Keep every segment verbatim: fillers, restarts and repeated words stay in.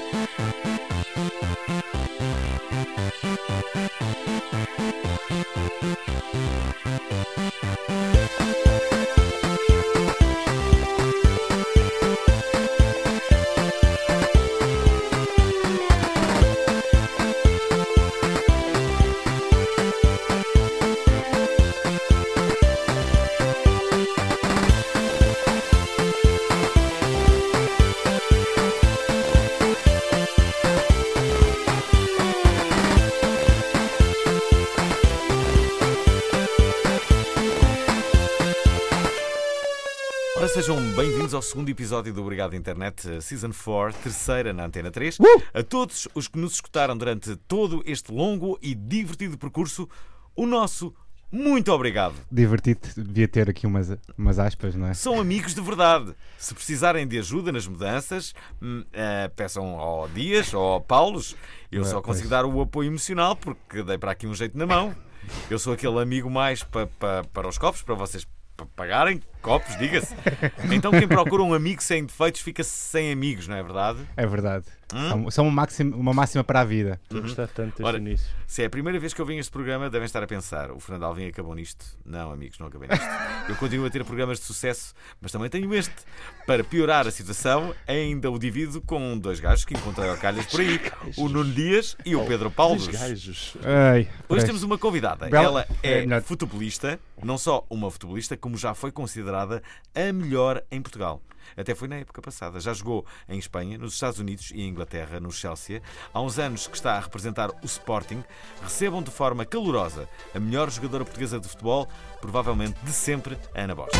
Sejam bem-vindos ao segundo episódio do Obrigado Internet Season quatro, terceira na Antena três. Uh! A todos os que nos escutaram durante todo este longo e divertido percurso, o nosso muito obrigado. Divertido, devia ter aqui umas, umas aspas, não é? São amigos de verdade. Se precisarem de ajuda nas mudanças, hum, uh, peçam ao Dias ou ao Paulos. Eu só consigo dar o apoio emocional porque dei para aqui um jeito na mão. Eu sou aquele amigo mais pa, pa, para os copos, para vocês pagarem copos, diga-se. Então quem procura um amigo sem defeitos fica sem amigos, não é verdade? É verdade. Hum? São, são uma, máxima, uma máxima para a vida. Estou a gostar tanto deste Ora, início. se é a primeira vez que eu venho a este programa, devem estar a pensar: o Fernando Alvim acabou nisto? Não, amigos, não acabei nisto. Eu continuo a ter programas de sucesso, mas também tenho este. Para piorar a situação, ainda o divido com dois gajos que encontrei ao calhas por aí: o Nuno Dias e o Pedro Paulo. Dois gajos. Ai, Hoje temos uma convidada. Bela... Ela é, é melhor... futebolista, não só uma futebolista, como já foi considerada a melhor em Portugal. Até foi na época passada. Já jogou em Espanha, nos Estados Unidos e em Inglaterra, no Chelsea. Há uns anos que está a representar o Sporting. Recebam de forma calorosa a melhor jogadora portuguesa de futebol, provavelmente de sempre, a Ana Borges.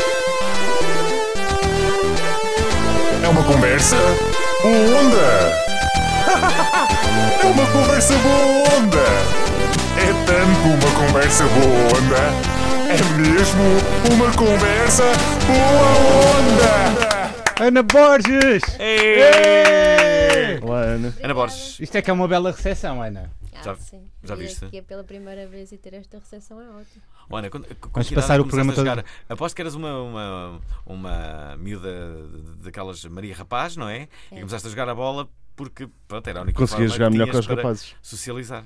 É uma conversa boa onda! É uma conversa boa onda! É tanto uma conversa boa onda! É mesmo uma conversa boa onda! Ana Borges! Ei! Ei! Olá, Ana. Ana Borges. Isto é que é uma bela recepção, Ana. Ah, Já- sim. já Vir viste? aqui é pela primeira vez e ter esta recepção é ótimo. Olha, quando, com Vamos que passar idade o programa começaste a todo- jogar? Aposto que eras uma, uma, uma miúda daquelas Maria Rapaz, não é? E É. começaste a jogar a bola porque, pronto, era a única Conseguia forma jogar que melhor que tinhas os para rapazes. socializar.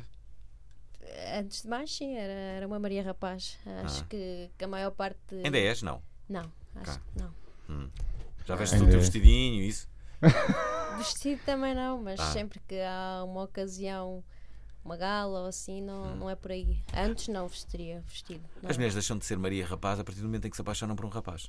Antes de mais, sim, era, era uma Maria Rapaz. Acho Ah. que, que a maior parte. Ainda és? Não. Não, acho Cá. que não. Hum. Já vestes Ainda o teu és. vestidinho e isso? Vestido também não, mas Ah. sempre que há uma ocasião, uma gala ou assim, não, não é por aí. Antes não vestiria vestido. Não. As mulheres deixam de ser Maria Rapaz a partir do momento em que se apaixonam por um rapaz.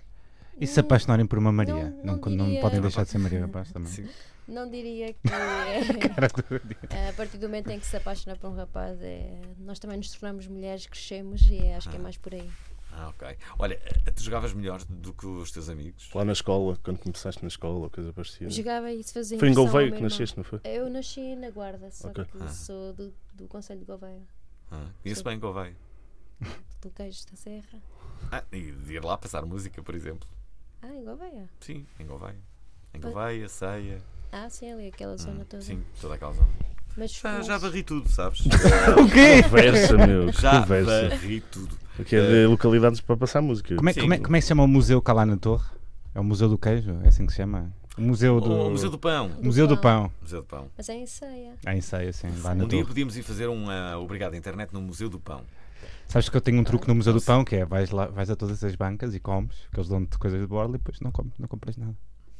E se apaixonarem por uma Maria? Não- Não, não não diria- podem deixar de ser Maria Rapaz também. Sim. Não diria que Cara do dia. a partir do momento em que se apaixona por um rapaz, é... nós também nos tornamos mulheres, crescemos e acho que é mais por aí. Ah, ok. Olha, tu jogavas melhor do que os teus amigos? Lá na escola, quando começaste na escola, coisa parecida. Jogava e se fazia Foi em impressão ao Gouveia meu que irmão. nasceste, não foi? Eu nasci na Guarda, só Ok. que Ah. sou do, do Conselho de Gouveia, Ah, conheço bem Gouveia. do Queijo da Serra. Ah, e de ir lá passar música, por exemplo. Ah, em Gouveia? Sim, em Gouveia. Em Pois. Gouveia, Ceia. Ah, sim, ali aquela zona Hum, toda. sim, toda aquela zona. Mas, Já, mas- já varri tudo, sabes? O quê? Conversa, meu. Que Já conversa. varri tudo. Aqui é de localidades para passar música. Como é, Sim. como, é, como é que se chama o museu cá lá na Torre? É o Museu do Queijo? É assim que se chama? O Museu do, O Museu do Pão. Museu do Pão. Museu do Pão. Mas é em Ceia. Ah, em Ceia, sim, lá na Um dia Torre. podíamos ir fazer um uh, Obrigado Internet no Museu do Pão. Sabes que eu tenho um truque no Museu do Pão, que é vais, lá, vais a todas as bancas e comes, que eles dão-te coisas de borla e depois não, comes, não compras nada.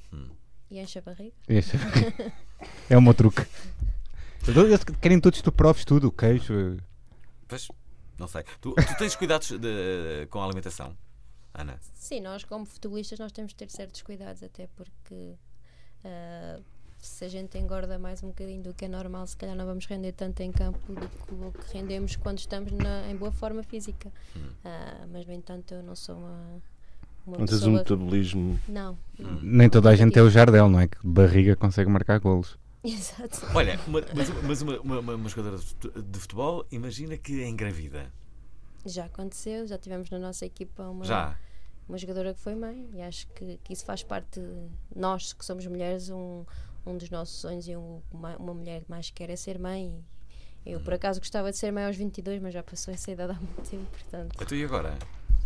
E enche a barriga. Este é o meu truque. Eles querem todos que tu proves tudo, o queijo. Pois, não sei. Tu, tu tens cuidados de- com a alimentação, Ana? Sim, nós como futebolistas nós temos de ter certos cuidados, até porque ah, se a gente engorda mais um bocadinho do que é normal, se calhar não vamos render tanto em campo do que o que rendemos quando estamos na- em boa forma física. Ah, mas no entanto eu não sou uma, uma Não tens pessoa... um metabolismo. Não, não. Nem toda a gente é o Jardel, não é? Que de barriga consegue marcar golos. Exato. Olha, uma- mas, mas uma, uma, uma- uma jogadora de fute- de futebol, imagina que é engravida. Já aconteceu, já tivemos na nossa equipa uma, Já. uma jogadora que foi mãe e acho que, que isso faz parte de nós que somos mulheres, um, um dos nossos sonhos e um, uma, uma mulher mais quer é ser mãe. Eu por acaso gostava de ser mãe aos vinte e dois, mas já passou essa idade há muito tempo, portanto. Então e agora?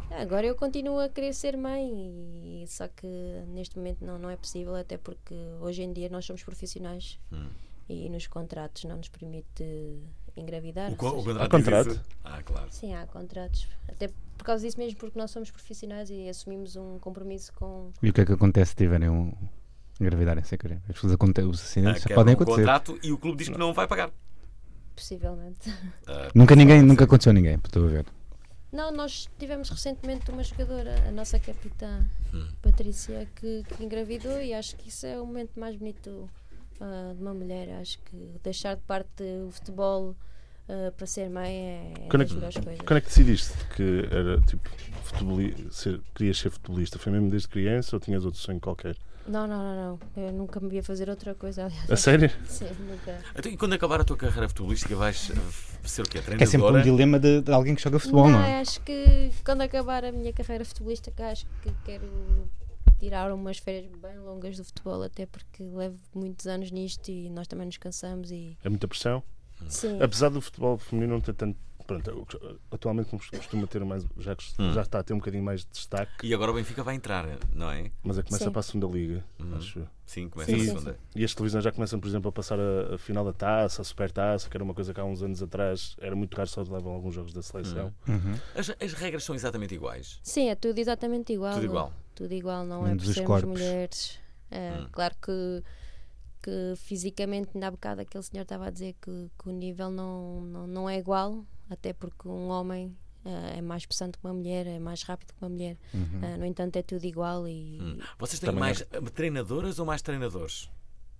Agora eu continuo a querer ser mãe, e, só que neste momento não, não é possível, até porque hoje em dia nós somos profissionais Hum. e nos contratos não nos permite engravidar. O, co- ou o seja, contrato Há diz contrato? isso? Ah, claro. Sim, há contratos. Até por causa disso mesmo, porque nós somos profissionais e assumimos um compromisso com. E o que é que acontece se tiverem um engravidarem sem querer? As pessoas aconte- os Ah, acidentes quebra podem um acontecer. contrato e o clube diz que não vai pagar. Possivelmente. Ah, Nunca ninguém, pode nunca ser. aconteceu a ninguém, estou a ver. Não, nós tivemos recentemente uma jogadora, a nossa capitã Hum. Patrícia, que, que engravidou, e acho que isso é o momento mais bonito ah, de uma mulher. Acho que deixar de parte o futebol ah, para ser mãe é, é Quando é das que- melhores coisas. Quando é que decidiste que era tipo futeboli- ser, querias ser futebolista? Foi mesmo desde criança ou tinhas outro sonho qualquer? Não, não, não, não. Eu nunca me via fazer outra coisa, aliás. A sério? Sim, nunca. Então, e quando acabar a tua carreira futebolística vais ah, ser o quê? Que é sempre um Treinadora? dilema de, de alguém que joga futebol, não, é? Acho que quando acabar a minha carreira futebolística, acho que quero tirar umas férias bem longas do futebol, até porque levo muitos anos nisto e nós também nos cansamos e É muita pressão? sim. Apesar do futebol feminino não ter tanto. Pronto, atualmente costuma ter mais. Já, Hum. já está a ter um bocadinho mais de destaque, E agora o Benfica vai entrar, não é? mas é que começa Sim. para a segunda liga. Hum. Acho eu. Sim, começa Sim, a sim, segunda. E as televisões já começam, por exemplo, a passar a, a final da taça, a super taça, que era uma coisa que há uns anos atrás era muito raro, só levam alguns jogos da seleção. Uhum. As, as regras são exatamente iguais. Sim, é tudo exatamente igual. Tudo igual. Tudo igual, não Menos é por os sermos corpos. mulheres. É, Hum. Claro que, que fisicamente, ainda há bocado aquele senhor estava a dizer que, que o nível não, não, não é igual, até porque um homem eh, é mais possante que uma mulher, é mais rápido que uma mulher. Uhum. Eh, no entanto, é tudo igual e Hum. Vocês têm Também mais ah, treinadoras ou mais treinadores?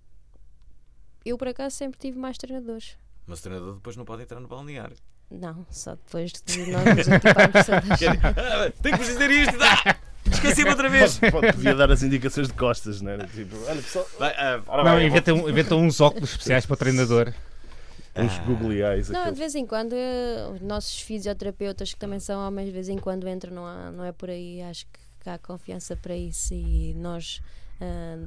eu, por acaso, sempre tive mais treinadores. Mas o treinador depois não pode entrar no balneário. Não, só depois de nós nos equiparmos todas. Ah, Tenho que vos dizer isto! Ah, esqueci-me outra vez! Pode, pode, podia dar as indicações de costas, não era? Tipo, olha pessoal, Vai, ah, ora Não, bem, inventam, inventam uns óculos especiais para o treinador. uns Ah. googly eyes. Não, de aqueles. vez em quando, eh, os nossos fisioterapeutas, que também são homens, de vez em quando entram, não, há, não é por aí. Acho que há confiança para isso e nós, ah,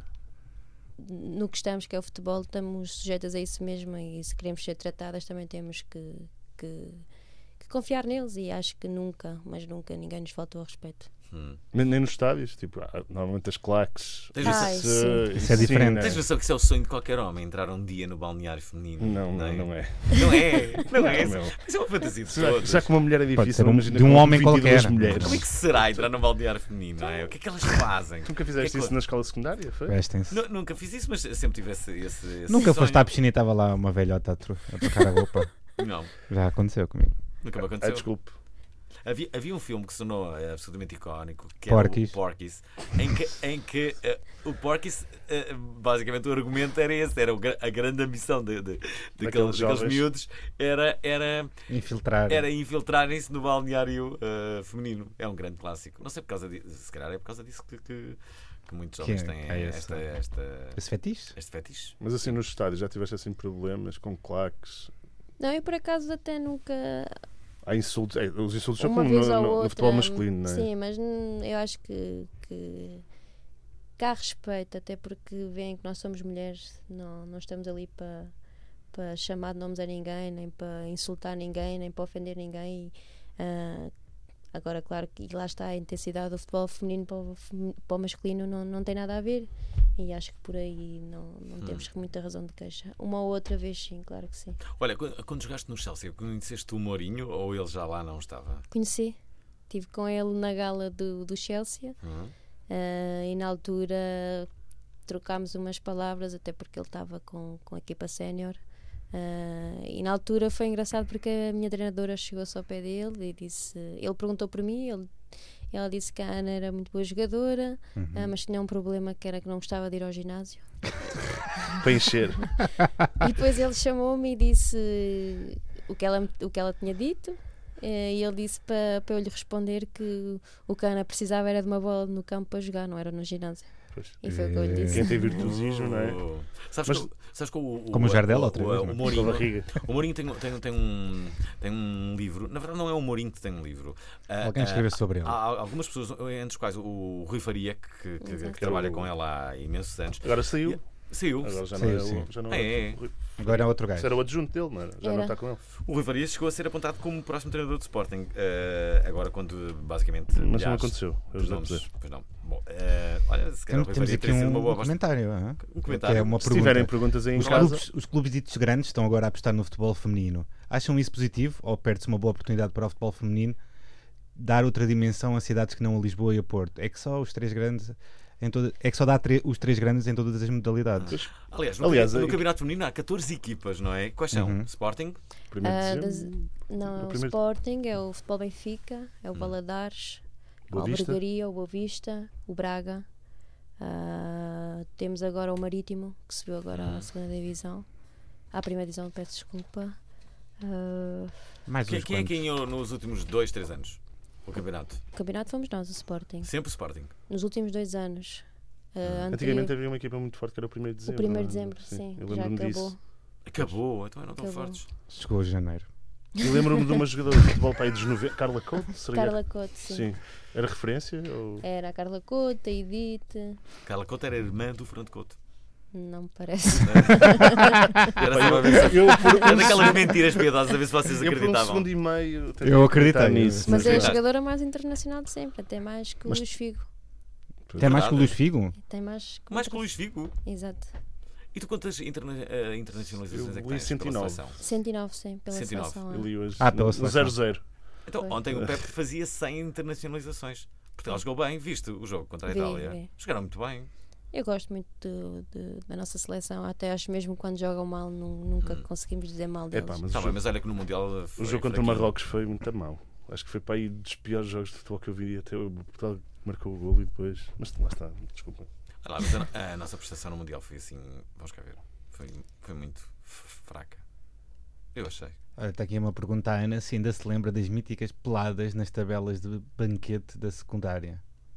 no que estamos, que é o futebol, estamos sujeitas a isso mesmo e se queremos ser tratadas também temos que, que, que confiar neles e acho que nunca, mas nunca ninguém nos faltou ao respeito. Hum. Nem, nem nos estádios, tipo, ah, normalmente as claques. Tens Ai, noção- sim. Isso é diferente. né? Tens noção que isso é o sonho de qualquer homem, entrar um dia no balneário feminino? Não, não, não é. Não é? Não é? Não, meu. Isso é uma fantasia de Já, todos. já que uma mulher é Pode difícil, ser um- imagina de um com homem vinte e duas qualquer. mulheres. Como é que será entrar num balneário feminino? Não é? O que é que elas fazem? Tu nunca fizeste Que é que- isso na escola secundária? Foi? Vestem-se. Nu- Nunca fiz isso, mas sempre tive esse, esse, esse Nunca sonho. foste à piscina e estava lá uma velhota a, tro- a trocar a roupa. Não, Já aconteceu comigo. nunca me Ah, aconteceu. desculpe. Havia, havia um filme que se tornou eh, absolutamente icónico, que Porky's. era o Porky's, em que, em que eh, o Porky's, eh, basicamente o argumento era esse, era o gra- a grande ambição de, de, daqueles, daqueles jovens. miúdos, era, era, Infiltrar. era infiltrarem-se no balneário eh, feminino. É um grande clássico. Não sei por causa disso, se calhar é por causa disso que, que, que muitos Que homens é- têm que é esse? esta, esta, Esse fetiche? este fetiche. Mas assim nos estádios já tiveste assim problemas com claques? Não, eu por acaso até nunca. Há insultos, é, os insultos são Uma como no, vez ou no- no outra, futebol masculino, não é? Sim, mas hum, eu acho que, que, que há respeito, até porque veem que nós somos mulheres, não, não estamos ali para para chamar de nomes a ninguém, nem para insultar ninguém, nem para ofender ninguém. E, ah, agora, claro que e lá está a intensidade do futebol feminino para o, fem- para o masculino não, não tem nada a ver. E acho que por aí não, não temos muita razão de queixa. Uma ou outra vez, sim, claro que sim. Olha, quando, quando jogaste no Chelsea, conheceste o Mourinho ou ele já lá não estava? Conheci, estive com ele na gala do, do Chelsea. Hum? Uh, e na altura trocámos umas palavras, até porque ele estava com, com a equipa sénior. Uh, e na altura foi engraçado porque a minha treinadora chegou-se ao pé dele e disse, ele perguntou por mim, ele, ela disse que a Ana era muito boa jogadora, Uhum. uh, mas tinha um problema que era que não gostava de ir ao ginásio. Para encher. E depois ele chamou-me e disse o que ela, o que ela tinha dito. eh, E ele disse para, para eu lhe responder que o que a Ana precisava era de uma bola no campo para jogar, não era no ginásio. Pois. E foi o que eu lhe disse. Quem tem virtuosismo, não é? Oh. Sabes, Mas- que, sabes que o, o, Como o Jardel, o, outra o, vez, o, não é? Com a Mourinho, barriga. o Mourinho tem, tem, tem, um, tem um livro. Na verdade, não é o Mourinho que tem um livro. Ah, Alguém ah, escreveu sobre ele. Há algumas pessoas, entre as quais o Rui Faria, que, que, que Exato. trabalha com ela há imensos anos. Agora saiu. Saiu. Agora já não Saiu, é sim. o. Já não Ah, é, é? o- Agora é outro gajo. Isso era o adjunto dele, não era? Já não Era. está com ele. O Rui Farias chegou a ser apontado como próximo treinador de Sporting. eh, agora, quando basicamente. Mas não milhares aconteceu. Eu de já nomes- dizer. Pois não. Bom, eh, olha, se calhar o Temos, Rui temos Faria aqui teria sido um, uma boa um aposta. comentário. hã? Um comentário. Que é uma Se pergunta. tiverem perguntas aí em Os casa. clubes, os clubes ditos grandes estão agora a apostar no futebol feminino. Acham isso positivo ou perde-se uma boa oportunidade para o futebol feminino dar outra dimensão a cidades que não a Lisboa e a Porto? É que só os três grandes em toda, é que só dá tre- os três grandes em todas as modalidades. Aliás, no, Aliás, no aí- Campeonato Feminino há catorze equipas, não é? Quais são? Uhum. Sporting? Primeiro Ah, de das- dezembro. Não, é No o primeiro- Sporting, é o Futebol Benfica, é o Hum. Valadares, a Boa Vista. Albergaria, o Boa Vista, o Braga. Ah, temos agora o Marítimo, que subiu agora Hum. à segunda divisão. À primeira divisão, peço desculpa. Ah, Mais Quem, uns quem é que quantos. ganhou nos últimos dois, três anos? O campeonato? o campeonato fomos nós, o Sporting. Sempre o Sporting. Nos últimos dois anos. Ah, anterior- Antigamente havia uma equipa muito forte que era o primeiro de o dezembro. primeiro de não é? dezembro, sim, Eu já lembro-me acabou. disso. Acabou, então eram tão Acabou. fortes. Chegou a janeiro. E lembro-me de uma jogadora de futebol para aí dos noventa, Carla Couto, seria? Carla Couto, sim. Sim. Era referência? Ou... Era a Carla Couto, a Edith. Carla Couto era irmã do Fernando Couto. Não me parece. Era só para ver se- Eu, por, era daquelas mentiras piedosas, a ver se vocês eu por um acreditavam. segundo e meio tentei Eu acreditar acreditei. nisso. Mas é a Verdade. jogadora mais internacional de sempre, até mais que o Mas- Luís Figo. Tem mais que o Verdade. Luís Figo? Tem mais que Mais que o Luís Figo. Exato. E tu quantas interna eh, internacionalizações Eu é que li tens pela cento e nove. seleção? cento e nove, sim, pela cento e nove. seleção. Eu li hoje Ah, pela no seleção. zero zero. Então, Foi. ontem o Pepe fazia cem internacionalizações. Portugal jogou bem, viste o jogo contra a Vi, Itália. vi. Jogaram muito bem. Eu gosto muito do- de- da nossa seleção, até acho mesmo quando jogam mal, nu- nunca Hum. conseguimos dizer mal deles. Epá, mas Tá o bem, jogo, mas olha que no Mundial o foi jogo contra o fraquinho. Marrocos foi muito mau. Acho que foi para aí dos piores jogos de futebol que eu vi. Até o Portugal marcou o gol e depois. Mas lá está, desculpa. Olha lá, mas a, a nossa prestação no Mundial foi assim, vamos cá ver, foi, foi muito f- fraca. Eu achei. Olha, está aqui uma pergunta à Ana se ainda se lembra das míticas peladas nas tabelas de banquete da secundária.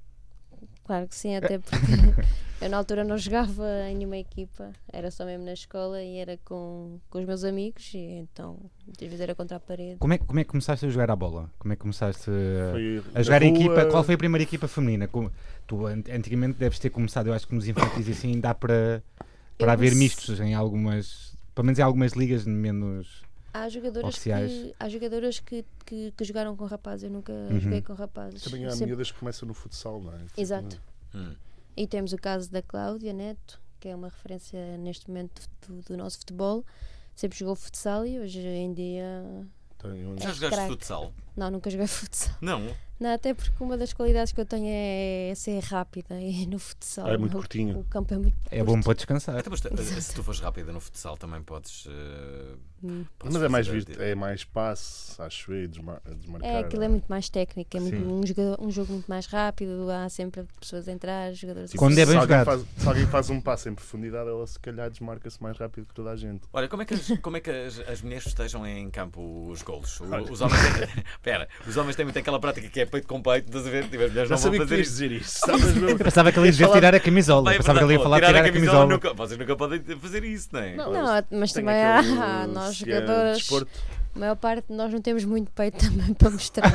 Claro que sim, até porque eu na altura não jogava em nenhuma equipa, era só mesmo na escola e era com, com os meus amigos, e então muitas vezes era contra a parede. Como é, como é que começaste a jogar a bola? Como é que começaste a, Foi a jogar na em rua. equipa? Qual foi a primeira equipa feminina? Como- Tu an- antigamente deves ter começado, eu acho que nos infantis e assim dá para, para Eu haver comece- mistos em algumas, pelo menos em algumas ligas menos. Há jogadoras, Oficiais. que, há jogadoras que, que, que jogaram com rapazes, eu nunca Uhum. joguei com rapazes. Também há Sempre- miúdas que começam no futsal, não é? Tipo, Exato. Hum. E temos o caso da Cláudia Neto, que é uma referência neste momento do, do nosso futebol. Sempre jogou futsal e hoje em dia. tem um- Já É jogaste craque. futsal? Não, nunca joguei futsal. Não. Não, até porque uma das qualidades que eu tenho é ser rápida e no futsal. Ah, é muito o- curtinho. O campo é muito É bom para descansar. Então, mas tu- se tu fores rápida no futsal também podes. eh, Hum. podes Mas é mais fazer- visto, é mais passe, acho eu, e desmar, desmarcar. É, aquilo é muito mais técnico, é muito- Sim. um, jogo, um jogo muito mais rápido, há sempre pessoas a entrar, jogadores Tipo, Quando a é se, bem alguém jogado. faz, se alguém faz um passo em profundidade, ela se calhar desmarca-se mais rápido que toda a gente. Olha, como é que as, como é que as, as mulheres festejam em campo os golos? O- Olha. os homens têm, pera, os homens têm muito aquela prática que é peito com peito, estás a ver? Tipo, as mulheres Já não vão sabia que fazer tu ias isso. dizer isso. Estavas mesmo- Eu pensava que ele ia dizer falar- tirar a camisola. Bem, é pensava que ele ia verdade, falar tirar tirar a camisola. Nunca, vocês nunca podem fazer isso, não é? Não, Não, mas Tem também aquele- há, nós se é jogadoras, desporto, a maior parte de nós não temos muito peito também para mostrar.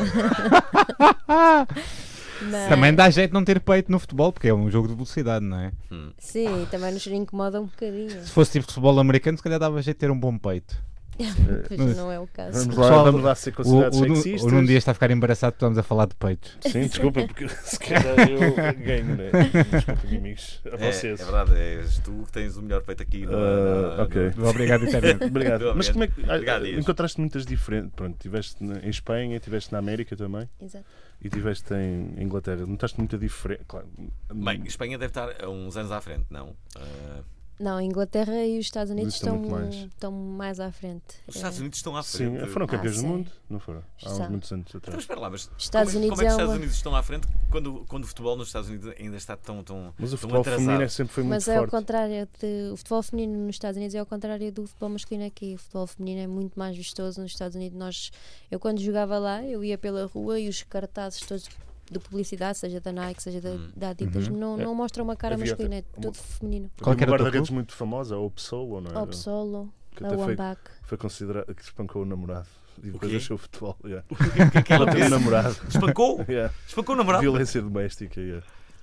Mas- Também dá jeito não ter peito no futebol, porque é um jogo de velocidade, não é? Hum. Sim, também nos incomoda um bocadinho. Se fosse tipo futebol americano, se calhar dava jeito de ter um bom peito. Pois não é o caso. Vamos Pessoal, lá, vamos lá ser O, considerados o, Nu- sexistas. o num dia está a ficar embaraçado, estamos a falar de peitos. Sim, desculpa, porque se calhar eu ganho, né? Desculpa, amigos. A É, vocês. é verdade, és tu que tens o melhor peito aqui. no- Ah, no- ok. Obrigado, internet. Obrigado. Obrigado. Mas como é que. ah, Obrigado, Dias. encontraste muitas diferentes. Pronto, estiveste na- em Espanha, estiveste na América também Exato. e estiveste em Inglaterra. Notaste muita diferença? Claro. Bem, Espanha deve estar a uns anos à frente, não? Ah, Não, a Inglaterra e os Estados Unidos Estão estão, muito mais. estão mais à frente. os É. Estados Unidos estão à Sim, frente. foram campeões Ah, do sim. mundo, não foram? Há uns São. muitos anos Então, atrás. espera lá, mas Estados como, é- Unidos como é que os é Estados uma- Unidos estão à frente quando, quando o futebol nos Estados Unidos ainda está tão, tão, Mas o tão futebol atrasado? feminino é sempre foi muito Mas é ao forte. contrário, de, o futebol feminino nos Estados Unidos é ao contrário do futebol masculino aqui. O futebol feminino é muito mais vistoso nos Estados Unidos. Nós, eu quando jogava lá, eu ia pela rua e os cartazes todos de publicidade, seja da Nike, seja da, Hum. da Adidas, Uhum. não, É. não mostram uma cara Havia masculina, é até tudo feminino. Qual que Havia era uma o teu guarda-redes clube? muito famosa, a Opsolo, não é? Op Solo, Que a até foi, Wambach. foi considerada que espancou o namorado. E depois quê? deixou o futebol. Yeah. O que é que ela Ela tem um fez? namorado. Espancou? Yeah. Espancou o namorado? Violência doméstica. Yeah.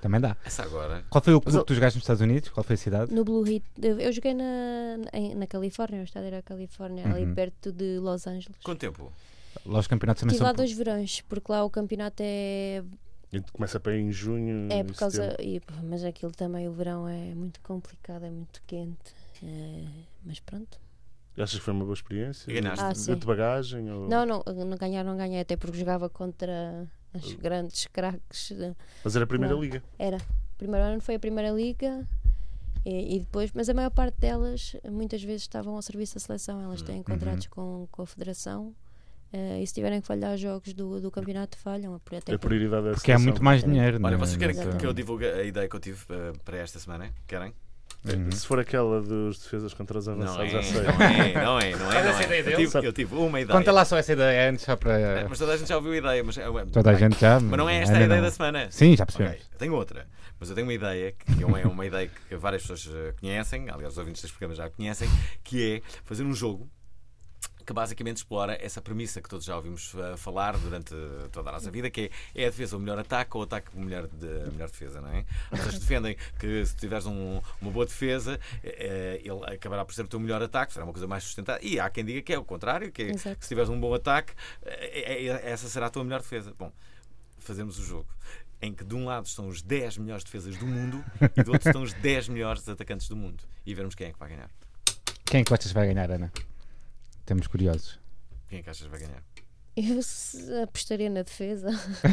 Também dá. Essa agora. Qual foi o Mas clube ele- que tu jogaste nos Estados Unidos? Qual foi a cidade? No Blue Heat, eu joguei na, em- na Califórnia, o estádio era a Califórnia, ali Uhum. perto de Los Angeles. Quanto tempo? Lá os campeonatos também Estive são... lá dois verões, porque lá o campeonato é, E começa para ir em junho. é em por causa. setembro. E, pá, mas aquilo também, o verão é muito complicado, é muito quente. é, mas pronto. E achas que foi uma boa experiência? E ganhaste? Ah, de, sim. de bagagem? Ou... Não, não, não ganhar, não ganhei, até porque jogava contra os grandes craques. de- Mas era a primeira Não. liga. Era. O primeiro ano foi a primeira liga. E, e depois, mas a maior parte delas muitas vezes estavam ao serviço da seleção, elas têm contratos com, com a federação eh, e se tiverem que falhar jogos do, do campeonato falham, por- até É a por- prioridade da Porque há seleção. muito mais dinheiro. Olha, né? vocês querem que, Exatamente. que eu divulgue a ideia que eu tive eh, para esta semana? Querem? Uhum. Se for aquela dos defesas contra os Não avançados, é, já sei. não é, não é, não é. Olha Não essa é. ideia Eu dele. tive, eu tive uma ideia. Conta lá só essa ideia antes, só para... É, mas toda a gente já ouviu a ideia. Mas, é, Toda a gente já... mas não é esta a ainda ideia não. da semana. Sim, já Ok, percebemos. eu tenho outra. Mas eu tenho uma ideia que é uma, é uma ideia que várias pessoas eh, conhecem, aliás, os ouvintes deste programa já a conhecem, que é fazer um jogo que basicamente explora essa premissa que todos já ouvimos uh, falar durante toda a nossa vida, que é, é a defesa o melhor ataque ou o ataque o melhor, de, a melhor defesa, não é? As pessoas defendem que se tiveres um, uma boa defesa, eh, ele acabará por ser o teu melhor ataque, será uma coisa mais sustentada. E há quem diga que é o contrário, que, é, que Exato. se tiveres um bom ataque, eh, eh, essa será a tua melhor defesa. Bom, fazemos o jogo em que de um lado estão os dez melhores defesas do mundo e do outro estão os dez melhores atacantes do mundo. E vermos quem é que vai ganhar. Quem é que achas que vai ganhar, Ana? Estamos curiosos. Quem é que achas que vai ganhar? Eu se- apostaria na defesa.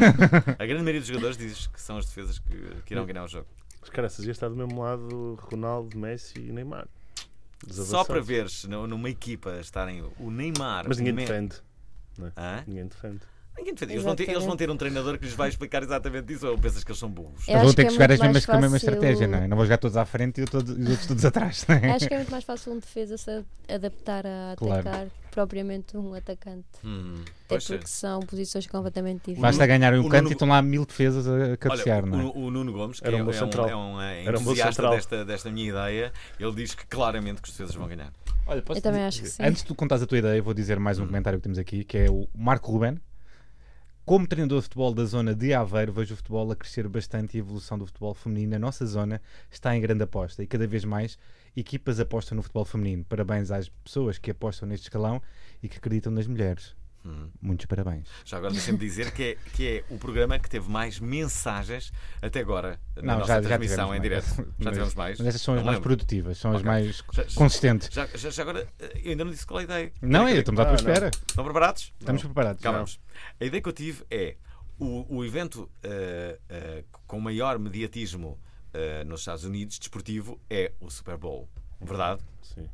A grande maioria dos jogadores diz que são as defesas que, que irão ganhar o jogo. Mas cara, essas dias está do mesmo lado Ronaldo, Messi e Neymar. Dos Só avançados. para veres no- numa equipa estarem o Neymar. Mas ninguém o Me- defende. Hã? Ninguém defende. Ninguém defende. Eles vão, ter, eles vão ter um treinador que lhes vai explicar exatamente isso, ou pensas que eles são burros? Eu Eles vão acho ter que que é jogar muito as mesmas mais com a mesma fácil- estratégia, não é? Não vou jogar todos à frente e, todos, e os outros todos atrás, não é? Acho que é muito mais fácil um defesa se adaptar a Claro. atacar propriamente um atacante. Hum, Até pois é. porque são posições completamente diferentes. Basta ganhar um o canto Nuno- e estão lá mil defesas a cabecear, Olha, não é? o, o Nuno Gomes, que Era é, um bom é um, central. é um eh, Era um bom entusiasta central. desta, desta minha ideia, ele diz que claramente que os defesas vão ganhar. Olha, posso Eu também dizer- acho que sim. Antes de tu contares a tua ideia, eu vou dizer mais um Hum. comentário que temos aqui, que é o Marco Ruben. Como treinador de futebol da zona de Aveiro, vejo o futebol a crescer bastante e a evolução do futebol feminino na nossa zona está em grande aposta e cada vez mais equipas apostam no futebol feminino. Parabéns às pessoas que apostam neste escalão e que acreditam nas mulheres. Hum. Muitos parabéns. Já agora deixa-me dizer que é, que é o programa que teve mais mensagens até agora na Não, nossa já- já transmissão tivemos em direto. mais. Já Mas- tivemos mais? Mas estas são as Não mais lembro. produtivas, são as Ok. mais Já- já- consistentes. Já, já, já agora, eh, eu ainda não disse qual é a ideia. Não, Querem- estamos à tua Ah, não. espera. Estão preparados? Estamos preparados. Cá vamos. A ideia que eu tive é o, o evento eh, eh, com maior mediatismo eh, nos Estados Unidos, desportivo, é o Super Bowl. Verdade? Sim.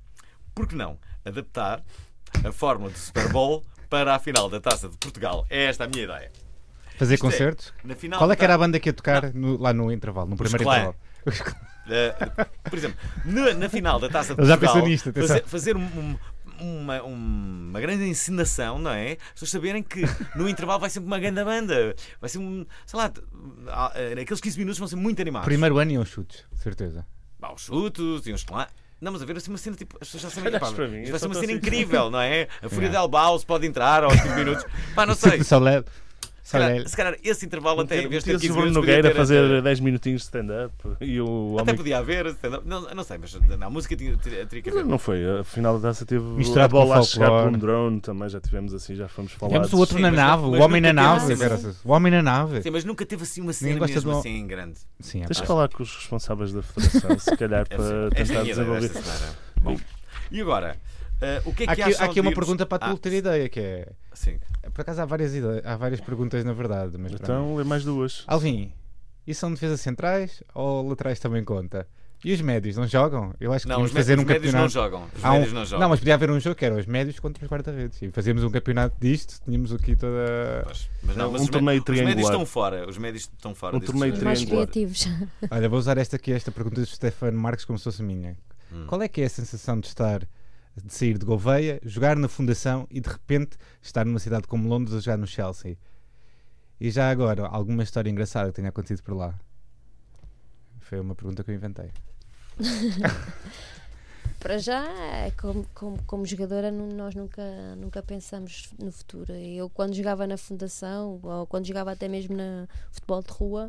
Por que não adaptar a fórmula do Super Bowl para a final da Taça de Portugal? É esta a minha ideia. Fazer Isto é, concertos? Na final Qual é da que era a banda que ia tocar no- lá no intervalo, no primeiro Clã. intervalo? Uh, por exemplo, na, na final da Taça de Ele já Portugal, pensou nisto, atenção. fazer, fazer um- um- uma, um- uma grande encenação, não é? As pessoas saberem que no intervalo vai ser uma grande banda, vai ser um, sei lá, ah, naqueles quinze minutos vão ser muito animados. Primeiro ano iam chutes, de certeza. Bah, os chutos e uns lá. Não, mas a ver assim uma cena tipo. As pessoas já sabem. Olhas Pá, para mim, isto eu vai ser só uma estou cena assim. incrível, não é? A Fúria Yeah. de Albaus pode entrar aos quinze minutos. Pá, não sei. Só leve. Se calhar, se calhar esse intervalo até, em vez de ter Metia-se quinze o Bruno minutos, podia Nogueira ter a fazer até- dez minutinhos de stand-up e o Até homem. podia haver, stand-up. não, não sei, mas na música tinha, teria teria que haver. Não foi, a final da taça teve Misturado a bola com a chegar por folclore. um drone, também já tivemos assim, já fomos falados. Temos o outro Sim, na mas nave, não- o mas homem na nunca nave. teve graças. O homem na nave. Sim, mas nunca teve assim uma Ninguém cena gosta mesmo do- assim grande. Sim, é Tens de pá. falar com os responsáveis da federação, se calhar, É para possível. Esta é a tentar minha ideia desenvolver. desta semana. Bom, e agora? eh, o que é Há que aqui, acham há aqui uma de irmos- pergunta para tu Ah, ter ideia, que é... Sim. Por acaso há várias, ideias, há várias perguntas na verdade. Mas pronto. Então, lê mais duas. Alvin, e são defesas centrais ou laterais também conta? E os médios não jogam? Eu acho que Não, tínhamos os, de fazer os um médios não campeonato. jogam. Os Há um- médios não jogam. Não, mas podia haver um jogo que era os médios contra os guarda-redes. E fazíamos um campeonato disto, tínhamos aqui toda. Pois, mas não, Um mas os torneio mé- Os médios triangular. estão fora. Os médios estão fora. Um destes- torneio Mais triangular. criativos. Olha, vou usar esta aqui, esta pergunta do Stefano Marques como se fosse a minha. Hum. Qual é que é a sensação de estar, de sair de Gouveia, jogar na Fundação e de repente estar numa cidade como Londres a jogar no Chelsea? E já agora, alguma história engraçada que tenha acontecido por lá? Foi uma pergunta que eu inventei. Para já, é como, como, como jogadora, nu- nós nunca, nunca pensamos no futuro. Eu, quando jogava na Fundação, ou quando jogava até mesmo na futebol de rua,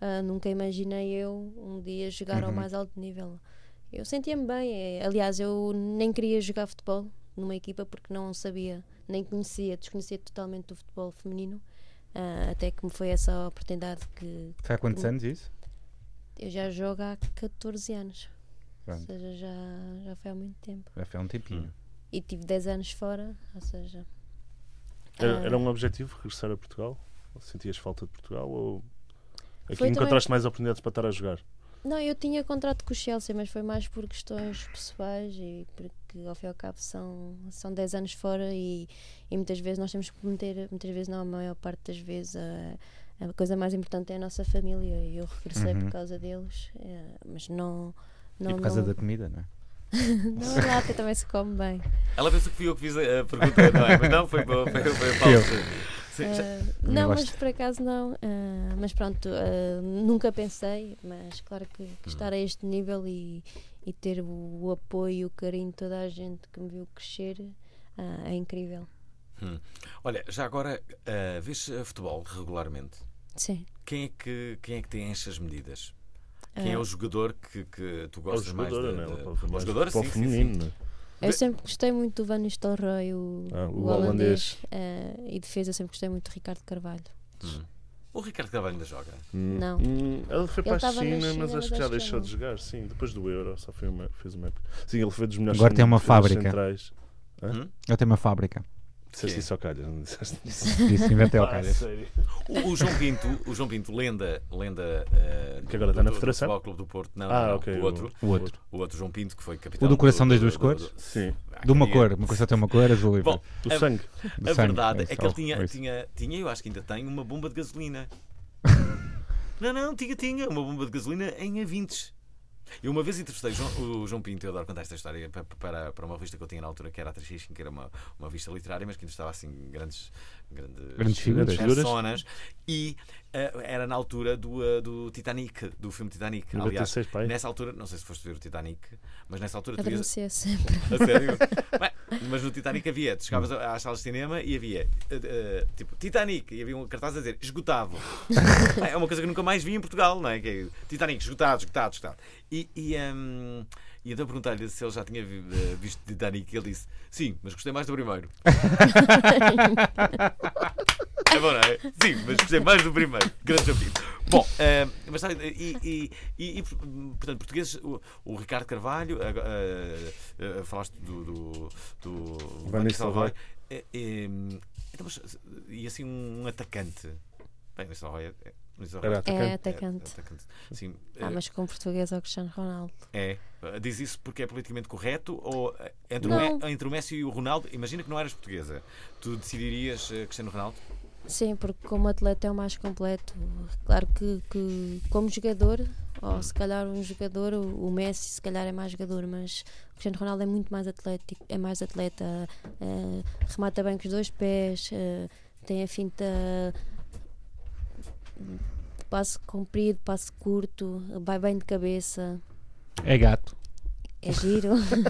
Uh, nunca imaginei eu um dia jogar Uhum. ao mais alto nível. Eu sentia-me bem. é- Aliás, eu nem queria jogar futebol numa equipa porque não sabia, nem conhecia, desconhecia totalmente o futebol feminino. Uh, até que me foi essa oportunidade que Foi há quantos que- anos isso? eu já jogo há catorze anos. Ou Pronto, seja, já, já foi há muito tempo. já foi há um tempinho. E tive dez anos fora, ou seja. Era, ah, era um objetivo regressar a Portugal? Ou sentias falta de Portugal? Ou aqui Foi encontraste mais oportunidades para estar a jogar? Não, eu tinha contrato com o Chelsea, mas foi mais por questões pessoais e porque ao fim e ao cabo são, são dez anos fora e, e muitas vezes nós temos que meter, muitas vezes não, a maior parte das vezes a, a coisa mais importante é a nossa família e eu regressei Uhum. por causa deles, eh, mas não. não E por causa não, da comida, não é? não, lá até também se come bem. Ela pensou que fui eu que fiz a, a pergunta, não é? Mas não, foi, foi, foi, foi a Paulo. Sim, já- Ah, Eu não, mas gosto. por acaso não. Ah, mas pronto, ah, nunca pensei, mas claro que, que estar a este nível e, e ter o, o apoio e o carinho de toda a gente que me viu crescer ah, é incrível. Hum. Olha, já agora, uh, vês uh, futebol regularmente? Sim. Quem é que, quem é que tem estas medidas? Quem é Ah, o jogador que, que tu É o gostas mais? jogador, de, não é? de- O o jogador, sim, sim, feminino, sim. não é? eu sempre gostei muito do Van Nistelrooy, o, Ah, o o holandês, ah, e defesa sempre gostei muito do Ricardo Carvalho. Hum. O Ricardo Carvalho ainda joga. Hum, Não. hum, ele foi para Ele a estava na China, China, mas mas acho que já acho que deixou não. de jogar, sim. Depois do Euro, só foi uma, fez uma época. Sim, ele foi dos melhores Agora tem uma defesas fábrica. centrais. Hã? Hum? Eu tenho uma fábrica. Disseste Quê? isso ao calhas, não disseste isso? Isso, inventei ao Ah, calhas. sério? O, o João Pinto, o João Pinto, lenda, lenda uh, Que agora está na do, do Federação? Futebol Clube do Porto. Não, Ah, não, não, ok. o outro. O outro. O outro João Pinto, que foi capitão. O do coração do- das do- duas do- cores? do- Sim. Ah, De uma queria- cor. Uma coisa tem uma cor, azul e Bom, verde. Do A- sangue. Do A sangue, verdade é isso, que ele oh, tinha, isso. tinha, tinha, eu acho que ainda tem, uma bomba de gasolina. Não, não, tinha, tinha uma bomba de gasolina em A vinte. Eu uma vez entrevistei o João, o João Pinto, eu adoro contar esta história para, para, para uma revista que eu tinha na altura, que era a três sessenta e cinco, que era uma, uma revista literária, mas que entrevistava assim grandes, grandes, Grandes figuras. personas. E eh, era na altura do, eh, do Titanic, do filme Titanic. noventa e Aliás, seis, pai. nessa altura, não sei se foste ver o Titanic, mas nessa altura tu ias, Adormecia sempre. a sério? Bem, mas no Titanic havia, tu chegavas às salas de cinema e havia uh, uh, tipo Titanic e havia um cartaz a dizer esgotado. Bem, é uma coisa que nunca mais vi em Portugal, não é? Que é Titanic, esgotado, esgotado, esgotado. E, e, um, e então perguntei-lhe se ele já tinha vi- uh, visto Titanic e ele disse sim, mas gostei mais do primeiro. É bom, não é? Sim, mas gostei mais do primeiro. Grande João Pinto. Bom, uh, mas sabe, e, e, e, e, portanto, portugueses, o, o Ricardo Carvalho, uh, uh, uh, falaste do, do, do Van Nistelrooy. Eh, eh, então, mas, e assim um atacante. Bem, Nistelrooy é, Nistelrooy Era É atacante. atacante. É, atacante. Sim, Ah, eh, mas com português é o Cristiano Ronaldo. é. Diz isso porque é politicamente correto ou eh, entre, o, Não. Me- entre o Messi e o Ronaldo, imagina que não eras portuguesa, tu decidirias eh, Cristiano Ronaldo? Sim, porque como atleta é o mais completo. Claro que, que como jogador, ou se calhar um jogador, o o Messi se calhar é mais jogador, mas o Cristiano Ronaldo é muito mais atlético, é mais atleta, eh, remata bem com os dois pés, eh, tem a finta de passe comprido, passe curto, vai bem de cabeça, É gato. é giro.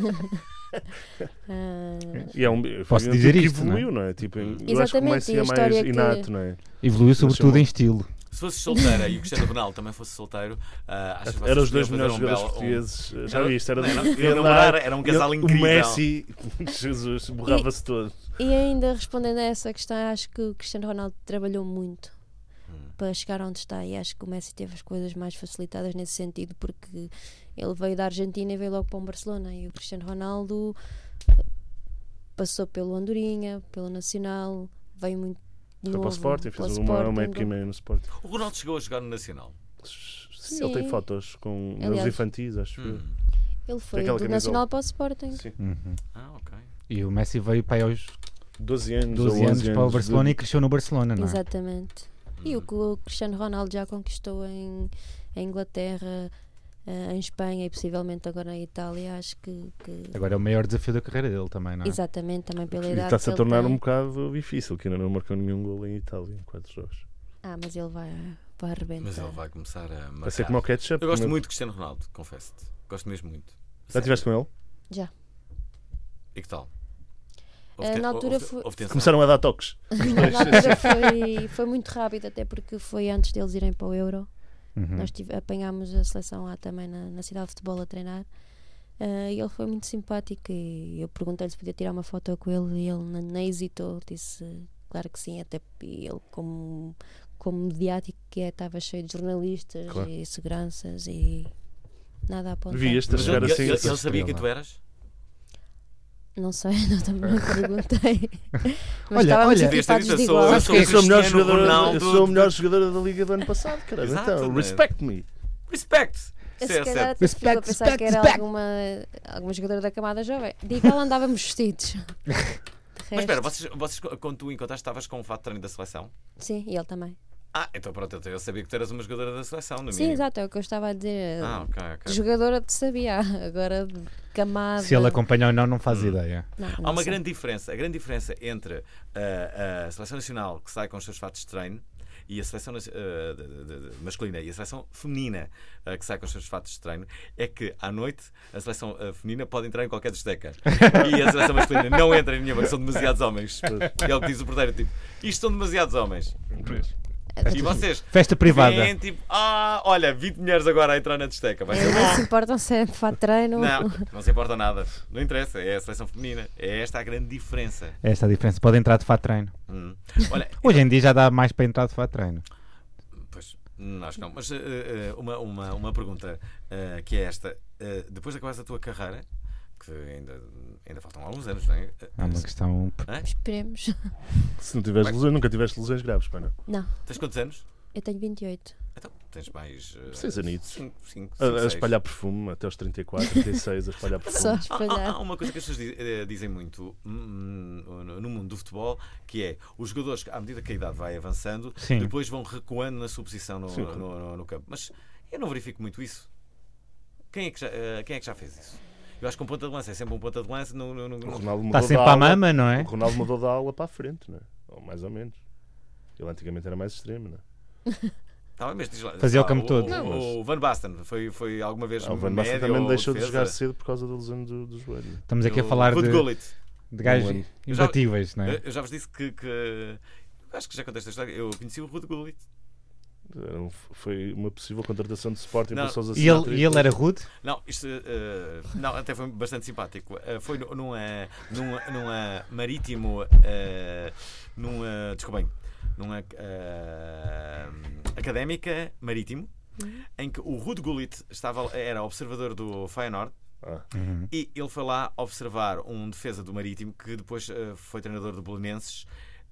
Ah, E é um, Posso foi um dizer tipo que isto, não é? evoluiu, não é? Tipo, eu acho que o Exatamente, Messi e é a mais história que- inato, não é? Evoluiu sobretudo chamou- em estilo. Se fosses solteira e o Cristiano Ronaldo também fosse solteiro, ah, achas que vocês Eram os dois podiam melhores fazer um jogadores belo- um- portugueses. Já Era- viste? Era não, de- não, de iam andar, namorar, era um casal ele- incrível. O Messi, Jesus, borrava-se todo. E ainda respondendo a essa questão, acho que o Cristiano Ronaldo trabalhou muito Hum. para chegar onde está e acho que o Messi teve as coisas mais facilitadas nesse sentido porque ele veio da Argentina e veio logo para o Barcelona e o Cristiano Ronaldo passou pelo Andorinha, pelo Nacional, veio muito Foi novo para o Sporting, para o fez uma, uma Sporting. época e meia no Sporting. O Ronaldo chegou a jogar no Nacional. Sim, Sim. ele tem fotos com Aliás, os infantis, acho eu. Hum. Ele foi aquela do camisola. Nacional para o Sporting. Sim. Uhum. Ah, ok. E o Messi veio para aí aos doze anos, doze ou anos onze para o Barcelona de- e cresceu no Barcelona, não é? Exatamente. E o que o Cristiano Ronaldo já conquistou em, em Inglaterra, eh, em Espanha e possivelmente agora em Itália, acho que, que Agora é o maior desafio da carreira dele também, não é? exatamente também pela E idade está-se que a ele tornar tem. um bocado difícil, que ainda não marcou nenhum gol em Itália em quatro jogos. Ah, mas ele vai, vai arrebentar. Mas ele vai começar a Vai ser marcar. como o ketchup. Eu gosto como- muito de Cristiano Ronaldo, confesso-te. Gosto mesmo muito. Já estiveste com ele? Já. E que tal? Eh, te- na altura houve- foi- houve tensão? Começaram a dar toques. Na altura foi, foi muito rápido, até porque foi antes deles irem para o Euro. Uhum. Nós tive, apanhámos a seleção lá também na, na cidade de futebol a treinar. Uh, e ele foi muito simpático e eu perguntei-lhe se podia tirar uma foto com ele e ele nem, nem hesitou, disse claro que sim, até e ele como, como mediático que é, estava cheio de jornalistas Claro. e seguranças e nada a apontar. Vi este a Mas chegar ele, assim. ele- essa ele sabia quem estrela. tu eras? Não sei, não, também não perguntei. Mas Olha, estávamos olha, equipados Devias ter de dito, igual. sou- Sabes que eu sou o melhor Cristiano jogador, Ronaldo eu sou o melhor de- jogador da Liga do ano passado, cara. Exato, Então, né? respect me. Respect! Eu, Isso se é calhar certo. até ficou a Respect, pensar respect, que era respect. alguma, alguma jogadora da camada jovem. De igual andávamos vestidos. De Mas espera, resto, vocês, vocês, quando tu encontraste, estavas com o fato de treino da seleção? sim, e ele também. Ah, então pronto, eu sabia que tu eras uma jogadora da seleção, no Sim, mínimo. exato, é o que eu estava a dizer. Ah, ok, ok. Jogadora te sabia, agora de camada. Se ele acompanha ou não, não faz Hum. ideia. Não, Há não uma sei. grande diferença. A grande diferença entre uh, a seleção nacional que sai com os seus fatos de treino e a seleção uh, de, de, de, masculina e a seleção feminina uh, que sai com os seus fatos de treino é que à noite a seleção uh, feminina pode entrar em qualquer discoteca e a seleção masculina não entra em nenhuma, porque são demasiados homens. E é o que diz o porteiro, tipo, isto são demasiados homens. E vocês Festa privada. veem, tipo, ah, olha, vinte mulheres agora a entrar na discoteca. Vai ser Eles não bom. se importam se é fato de treino. Não, não se importa nada. Não interessa, é a seleção feminina. É esta a grande diferença. É esta a diferença. Pode entrar de fato treino. Hum. Olha, Hoje em dia já dá mais para entrar de fato treino. pois, hum, acho que não. Mas uh, uh, uma, uma, uma pergunta uh, que é esta. Uh, depois de acabares a tua carreira, que ainda, ainda faltam alguns anos, não é? Uh, É uma questão. Esperemos. Se não tiveres Bem. lesões, nunca tiveste lesões graves, pá, não? Não, Tens quantos anos? eu tenho vinte e oito. Então, tens mais. Uh, Seis anitos. cinco, cinco, A, cinco, a seis. espalhar perfume até aos trinta e quatro, trinta e seis, a espalhar Só perfume. Há, há- espalhar. há uma coisa que as pessoas di- eh, dizem muito hum, no no mundo do futebol, que é os jogadores, à medida que a idade vai avançando, Sim. depois vão recuando na sua posição no, Sim, no, claro. no- no campo. Mas eu não verifico muito isso. Quem é que já, eh, quem é que já fez isso? Eu acho que um ponta de lança é sempre um ponta de lança. No, no, no- O Ronaldo mudou Está da sempre à ala- mama, não é? O Ronaldo mudou da aula para a frente, não é? Ou mais ou menos. Ele antigamente era mais extremo, não é? Tá bem, mas diz lá, Fazia sei o lá, campo todo. O, Não, mas- o Van Basten foi, foi alguma vez Ah, o Van Basten médio também ou deixou de defesa? jogar cedo por causa da lesão do, do joelho. Estamos aqui a O falar Ruud de, Gullit. de gajos Um ano. Eu já- imbatíveis, não é? Eu, eu já vos disse que, que- eu acho que já contei esta história. Eu conheci o Ruud Gullit. Era um- foi uma possível contratação de Sporting Não. para Sousa E ele, e ele era rude? Não, isto eh, não, até foi bastante simpático. Eh, foi nu- numa, numa, numa marítimo. eh, numa. Desculpem. Numa eh, académica marítimo, em que o Ruud Gullit estava, era observador do Feyenoord. Ah, Uhum. E ele foi lá observar um defesa do Marítimo que depois eh, foi treinador do Belenenses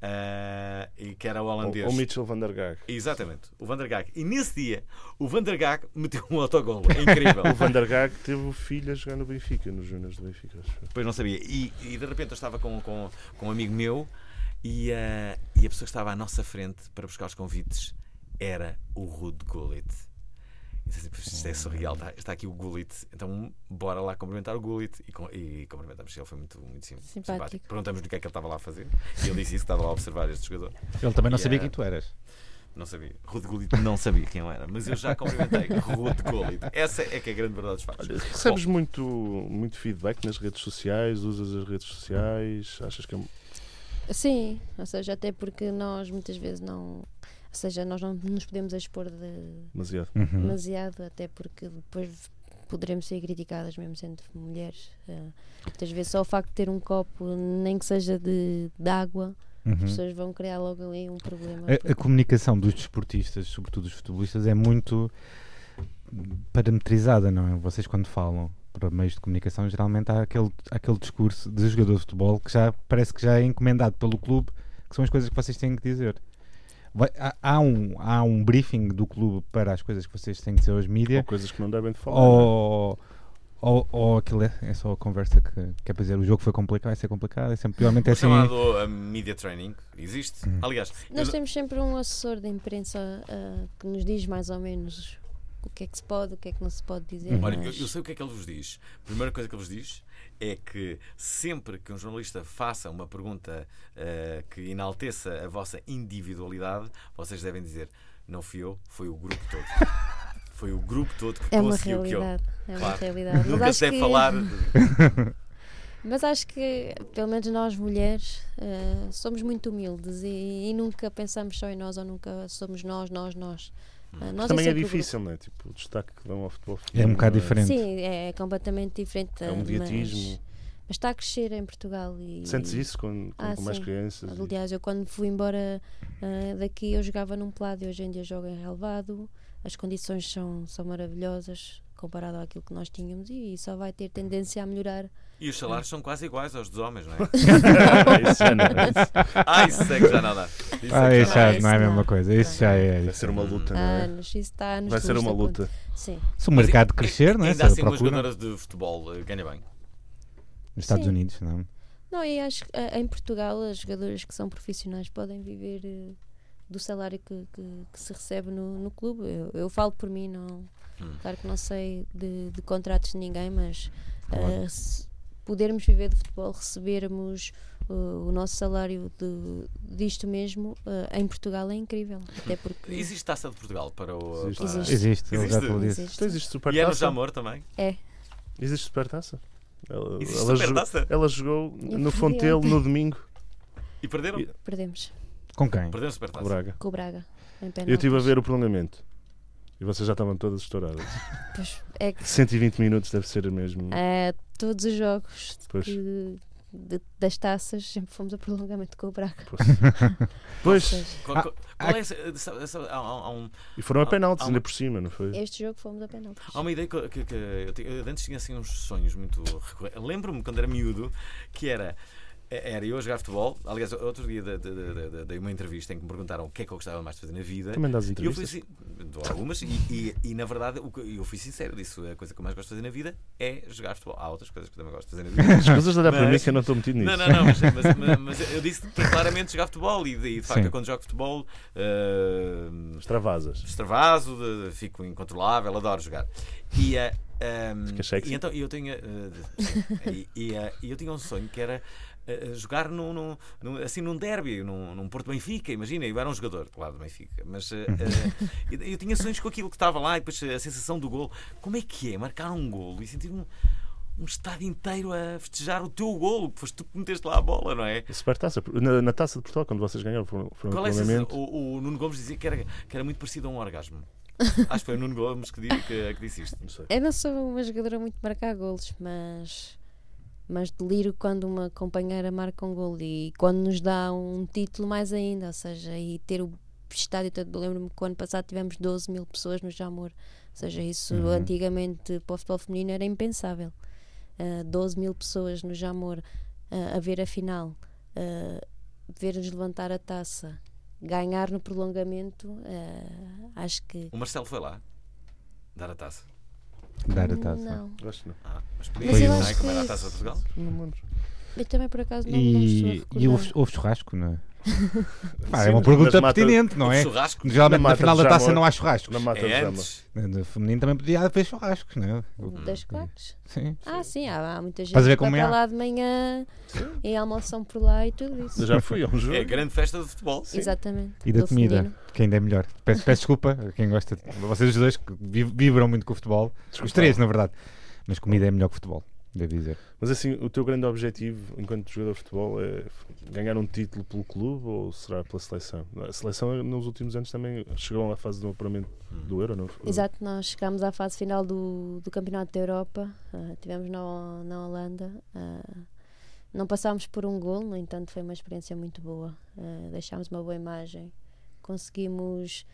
eh, e que era o holandês. o, o Mitchell van der Gaag. Exatamente, o Van der Gaag. E nesse dia, o Van der Gaag meteu um autogolo. É incrível. O Van der Gaag teve o filho a jogar no Benfica, nos Júniors do Benfica. Acho. Depois não sabia. E, e de repente eu estava com, com, com um amigo meu e, eh, e a pessoa que estava à nossa frente para buscar os convites era o Ruud Gullit. E disse assim, isto é surreal, está, está aqui o Gullit, então bora lá cumprimentar o Gullit. E, com- e cumprimentamos ele, foi muito, muito sim- Simpático. simpático. Perguntamos-lhe o que é que ele estava lá a fazer. E ele disse isso, que estava lá a observar este jogador. Ele também não E, sabia eh, quem tu eras. Não sabia. Ruud Gullit não sabia quem eu era, mas eu já cumprimentei Ruud Gullit. Essa é que é a grande verdade dos fatos. Olha, recebes muito, muito feedback nas redes sociais? Usas as redes sociais? Achas que é um- Sim, ou seja, até porque nós muitas vezes não. Ou seja, nós não nos podemos expor de demasiado? Uhum. demasiado, até porque depois poderemos ser criticadas, mesmo sendo mulheres. Eh, muitas vezes só o facto de ter um copo, nem que seja de, de água, Uhum. as pessoas vão criar logo ali um problema. A, a comunicação dos desportistas, sobretudo dos futebolistas, é muito parametrizada, não é? Vocês quando falam para meios de comunicação, geralmente há aquele, aquele discurso de jogador de futebol que já parece que já é encomendado pelo clube, que são as coisas que vocês têm que dizer. Vai- há, há um, há um briefing do clube para as coisas que vocês têm que dizer aos mídias, Ou coisas que não devem de falar. não é? ou, ou, ou aquilo é, é só a conversa que, que é para dizer o jogo foi complicado, vai ser complicado, é sempre piormente é O assim. chamado uh, media training existe. Hum. Aliás, Nós eu- temos sempre um assessor de imprensa ah, que nos diz mais ou menos o que é que se pode, o que é que não se pode dizer. olha, eu, mas- eu sei o que é que ele vos diz. A primeira coisa que ele vos diz é que sempre que um jornalista faça uma pergunta uh, que enalteça a vossa individualidade, vocês devem dizer: não fui eu, foi o grupo todo. Foi o grupo todo que É uma conseguiu que eu. realidade. É uma Claro. realidade. Mas Nunca acho se deve que- falar. Mas acho que, pelo menos nós mulheres, eh, somos muito humildes e, e nunca pensamos só em nós ou nunca somos nós, nós, nós. Uh, nós Também é sempre o difícil, não é? Tipo, o destaque que dão ao futebol É um feminino, bocado não diferente. Sim, é completamente diferente. É um mediatismo. Mas, mas está a crescer em Portugal. E, Sentes isso com, com, Ah, com mais sim. crianças? e- Aliás, eu quando fui embora uh, daqui eu jogava num Peládio, hoje em dia jogo em relevado, as condições são, são maravilhosas comparado àquilo que nós tínhamos e só vai ter tendência a melhorar. E os salários são quase iguais aos dos homens, não é? Isso já não é. Ah, isso é que já não dá. Isso Ah, é que isso já já não não é a Não. mesma coisa. Isso já é. Vai ser uma luta, não Há é? anos, isso está anos Vai de ser luz uma da ponte. luta. Sim. Se o mercado crescer, não é? Ainda Se a assim, uma procura. jogadora de futebol eh, ganha bem. Nos Estados Sim. Unidos, não? Não, e acho que eh, em Portugal as jogadoras que são profissionais podem viver eh, do salário que, que, que se recebe no, no clube. Eu, eu falo por mim, não. Hum. Claro que não sei de, de contratos de ninguém, mas Claro. eh, se podermos viver de futebol, recebermos uh, o nosso salário de, disto mesmo uh, em Portugal é incrível. Até porque Existe taça de Portugal para o. Existe. para- Existe. Existe, ele já Existe. falou disso. existe. Então existe E é no supertaça? Jamor também. É, Existe supertaça? Ela, Existe ela, supertaça? jogou, ela jogou Eu no fui Fontelo ontem. no domingo. E perderam? E- perdemos Com quem? Perderam o Com o Supertaça. Braga. com o Braga. Em Eu estive a penaltis. ver o prolongamento. E vocês já estavam todas estouradas. Pois, é que cento e vinte minutos deve ser mesmo. eh, todos os jogos Pois. que- de- das taças sempre fomos a prolongamento com o Braga. Pois. Ou seja, Qual, qual- qual é essa- sabe- sabe- há, há- há um- E foram a Há- penaltis há ainda uma- por cima, não foi? este jogo fomos a penaltis. há uma ideia que, que- que eu, ti- eu antes tinha assim uns sonhos muito recorrentes. Lembro-me quando era miúdo que era. Era eu a jogar futebol. Aliás, outro dia de- de- de- de- dei uma entrevista em que me perguntaram o que é que eu gostava mais de fazer na vida. Também das E eu fui entrevistas. assim, dou algumas, e, e, e, na verdade o que- eu fui sincero, disse a coisa que eu mais gosto de fazer na vida é jogar futebol. Há outras coisas que eu também gosto de fazer na vida. Escusas de olhar para Mas- mim que eu não estou metido nisso. Não, não, não, mas, mas- mas- mas eu disse que claramente jogar futebol e, de, e de facto Sim. eu, quando jogo futebol eh, Extravasas. extravaso, de- de- fico incontrolável, adoro jogar. E, eh, ehm, Fica sexy. e então eu tinha eh, de- e, e, eh, e eu tinha um sonho que era eh, jogar num, num, num- assim num derby, num, num Porto Benfica, imagina, eu era um jogador, claro, do Benfica, mas eh, eh, eu, eu tinha sonhos com aquilo que estava lá e depois a sensação do golo. Como é que é marcar um golo e sentir um, um estádio inteiro a festejar o teu golo, que foste tu que meteste lá a bola, não é? Supertaça. Na, na taça de Portugal, quando vocês ganharam, foram, foram Qual é no essa sensação? prolongamento. o, o Nuno Gomes dizia que era, que era muito parecido a um orgasmo. Acho que foi o Nuno Gomes que, di- que, que disse isto. Não sei. Eu não sou uma jogadora muito de marcar golos, mas, mas deliro quando uma companheira marca um golo e quando nos dá um título mais ainda, ou seja, e ter o estádio todo. Eu lembro-me que o ano passado tivemos doze mil pessoas no Jamor, ou seja, isso Uhum. antigamente para o futebol feminino era impensável. Uh, doze mil pessoas no Jamor uh, a ver a final, uh, ver-nos levantar a taça, ganhar no prolongamento, uh, acho que. O Marcelo foi lá dar a taça. Dar a taça. Não, Eu Acho que não. Ah, mas Mas podia ir, eu não é? acho Como era a que- taça de Portugal? Não me lembro. eu também por acaso não, não estou a E, e recordar. houve, houve churrasco, não é? Pá, Sim, é uma nas pergunta matas- pertinente, não O é? churrasco Geralmente Na na mata final de da taça Jamor. não há churrascos. Na mata de é Jama. antes. No feminino também podia haver churrascos, não é? Das claques? Sim. Ah, sim, há, há muita gente Estás a ver que vai como para é? lá de manhã e almoçam por lá e tudo isso. Eu já fui a um jogo. É a grande festa de futebol. Exatamente. E da Do comida, feminino. que ainda é melhor. Peço, peço desculpa a quem gosta. Vocês os dois que vi- vibram muito com o futebol. Os três, na verdade. Mas comida é melhor que o futebol, devo dizer. Mas assim, o teu grande objetivo enquanto jogador de futebol é ganhar um título pelo clube ou será pela seleção? A seleção nos últimos anos também chegou à fase do apuramento do Euro, não foi? Exato, nós chegámos à fase final do, do Campeonato da Europa, ah, tivemos na, na Holanda, ah, não passámos por um gol, no entanto foi uma experiência muito boa, ah, deixámos uma boa imagem, conseguimos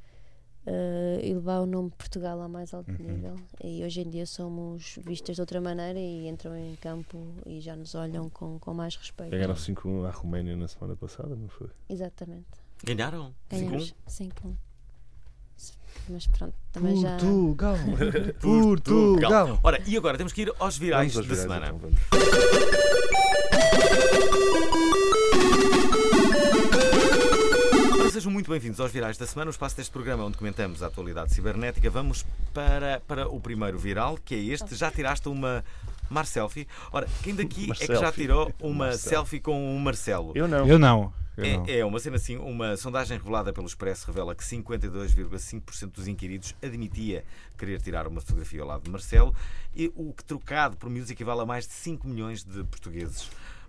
ah, elevar o nome de Portugal ao mais alto nível e hoje em dia somos vistas de outra maneira e entram em campo e já nos olham com, com mais respeito. Ganharam cinco a um à Roménia na semana passada, não foi? Exatamente, Ganharam? ganhamos cinco a um. Mas pronto, também já... Portugal! Portugal! Ora, e agora temos que ir aos virais Vamos da aos semana. então, vamos. Ora, sejam muito bem-vindos aos virais da semana, o espaço deste programa onde comentamos a atualidade cibernética. Vamos para, para o primeiro viral, que é este. Já tiraste uma Mar Selfie. Ora, quem daqui Uma é que já selfie. tirou uma Uma selfie com o Marcelo? Eu não. Eu não. Eu não. É, é uma cena assim, uma sondagem revelada pelo Expresso revela que cinquenta e dois vírgula cinco por cento dos inquiridos admitia querer tirar uma fotografia ao lado de Marcelo, e o que trocado por miúdos equivale a mais de cinco milhões de portugueses.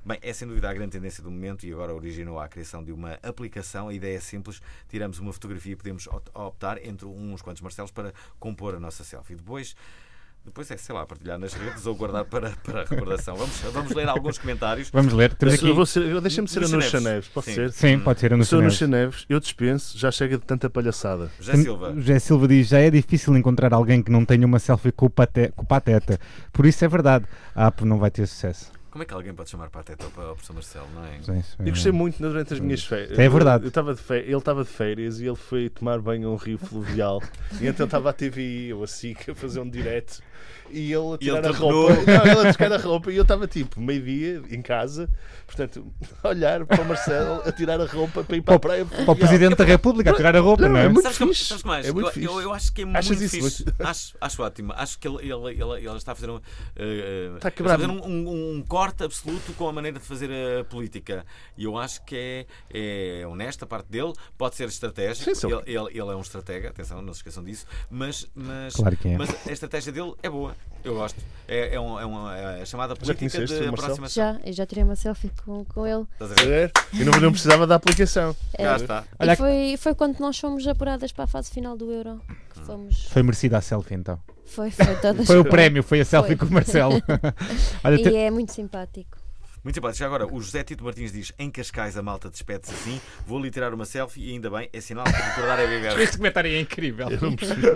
Bem, é sem dúvida a grande tendência do momento e agora originou a criação de uma aplicação. A ideia é simples, tiramos uma fotografia e podemos optar entre uns quantos Marcelos para compor a nossa selfie. Depois... Depois é, sei lá, partilhar nas redes ou guardar para, para a recordação. Vamos, vamos ler alguns comentários. Vamos ler. Temos aqui... Eu vou ser- eu- Deixa-me ser a Nuxa Nuxa Neves. Neves, pode Sim. ser? Sim, pode ser a Sou Nuxa Nuxa Neves. Neves, eu dispenso, já chega de tanta palhaçada. José Silva. O José Silva diz: já é difícil encontrar alguém que não tenha uma selfie com o, pate... com o Pateta. Por isso é verdade. A app não vai ter sucesso. Como é que alguém pode chamar Pateta para o professor Marcelo, não é? Sim, isso é- Eu gostei muito durante as minhas férias. É verdade. Eu, eu tava de férias, ele estava de férias e ele foi tomar banho a um rio fluvial. E então estava a T V I ou a S I C a fazer um direto. E ele a tirar ele a te roupa. apanhou. Não, ele a buscar a roupa. E eu estava tipo, meio-dia, em casa. Portanto, a olhar para o Marcelo a tirar a roupa para ir para a praia. Para o Presidente da República a tirar a roupa, Não, não é? é muito Sabes que, fixe. sabes que mais? É muito eu, fixe. eu, eu acho que é Achas muito isso fixe. muito- Acho, acho ótimo. Acho que ele, ele, ele, ele está a fazer um, eh, Está a ele quebrar- fazer um, um, um corte absoluto com a maneira de fazer a política. E eu acho que é, é honesto a parte dele. Pode ser estratégico. Sim, sim. Ele, ele, ele é um estratega, atenção, não se esqueçam disso. Mas, mas, Claro que é. mas a estratégia dele é boa. Eu gosto. É, é, um, é uma é a chamada política conheceste de o Marcelo? aproximação. Já, eu já tirei uma selfie com, com ele. Estás a ver? É, eu não, não precisava da aplicação. Já está. Olha E foi, foi quando nós fomos apuradas para a fase final do Euro. Que fomos. Foi merecida a selfie então. Foi, foi todas. Foi o prémio, foi a selfie Foi. com o Marcelo. Olha, te- E é muito simpático. Muito simpático. Já agora, o José Tito Martins diz: em Cascais a malta despede-se assim, vou lhe tirar uma selfie e ainda bem, é sinal que recordar é viver. Este comentário é incrível. Eu não percebi.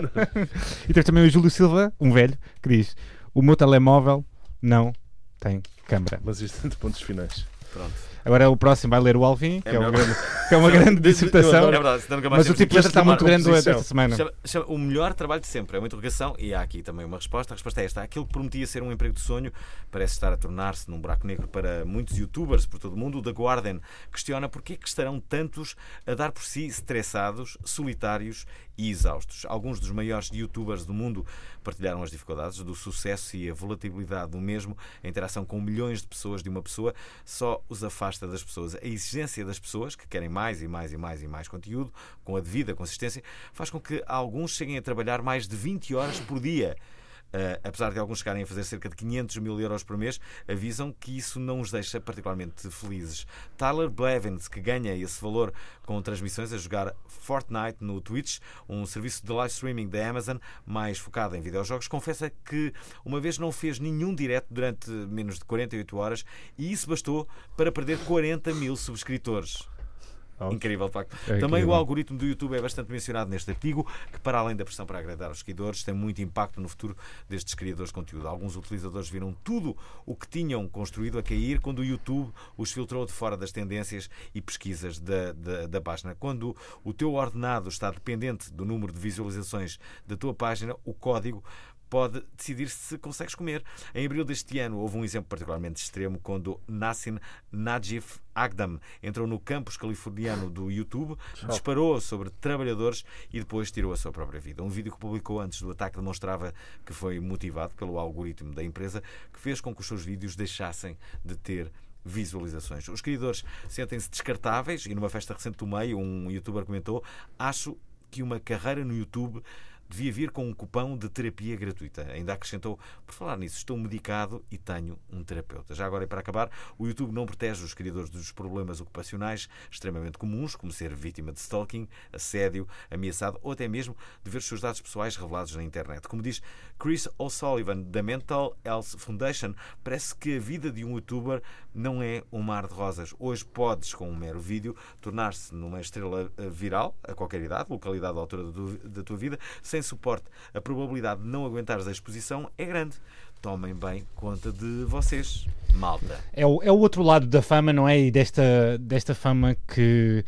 E temos também o Júlio Silva, um velho, que diz: o meu telemóvel não tem câmara. Mas isto é de pontos finais. Pronto. Agora o próximo vai ler o Alvin, que é, É uma melhor. grande, que é uma grande Eu dissertação. adoro. É verdade, senão nunca mais Mas o temos tipo de letra está tomar muito grande composição. esta semana. Chama- chama- o melhor trabalho de sempre, é uma interrogação e há aqui também uma resposta. A resposta é esta: aquilo que prometia ser um emprego de sonho parece estar a tornar-se num buraco negro para muitos youtubers por todo o mundo. O The Guardian questiona porque é que estarão tantos a dar por si estressados, solitários e exaustos. Alguns dos maiores youtubers do mundo partilharam as dificuldades do sucesso e a volatilidade do mesmo. A interação com milhões de pessoas de uma pessoa só os afasta das pessoas. A exigência das pessoas, que querem mais e mais e mais e mais conteúdo, com a devida consistência, faz com que alguns cheguem a trabalhar mais de vinte horas por dia. Uh, apesar de alguns chegarem a fazer cerca de quinhentos mil euros por mês, avisam que isso não os deixa particularmente felizes. Tyler Blevins, que ganha esse valor com transmissões a jogar Fortnite no Twitch, um serviço de live streaming da Amazon mais focado em videojogos, confessa que uma vez não fez nenhum direto durante menos de quarenta e oito horas e isso bastou para perder quarenta mil subscritores. Incrível, de facto. É Também incrível. o algoritmo do YouTube é bastante mencionado neste artigo, que para além da pressão para agradar os seguidores, tem muito impacto no futuro destes criadores de conteúdo. Alguns utilizadores viram tudo o que tinham construído a cair quando o YouTube os filtrou de fora das tendências e pesquisas da, da, da página. Quando o teu ordenado está dependente do número de visualizações da tua página, o código pode decidir se consegues comer. Em abril deste ano houve um exemplo particularmente extremo quando Nassim Najif Agdam entrou no campus californiano do YouTube, disparou sobre trabalhadores e depois tirou a sua própria vida. Um vídeo que publicou antes do ataque demonstrava que foi motivado pelo algoritmo da empresa que fez com que os seus vídeos deixassem de ter visualizações. Os criadores sentem-se descartáveis e numa festa recente do meio um youtuber comentou: acho que uma carreira no YouTube devia vir com um cupão de terapia gratuita. Ainda acrescentou: por falar nisso, estou medicado e tenho um terapeuta. Já agora, e para acabar, o YouTube não protege os criadores dos problemas ocupacionais extremamente comuns, como ser vítima de stalking, assédio, ameaçado ou até mesmo de ver os seus dados pessoais revelados na internet. Como diz Chris O'Sullivan, da Mental Health Foundation, parece que a vida de um youtuber não é um mar de rosas. Hoje podes, com um mero vídeo, tornar-se numa estrela viral, a qualquer idade, localidade ou altura da tua, da tua vida, sem suporte. A probabilidade de não aguentares a exposição é grande. Tomem bem conta de vocês, malta. É o, é o outro lado da fama, não é? E desta, desta fama que,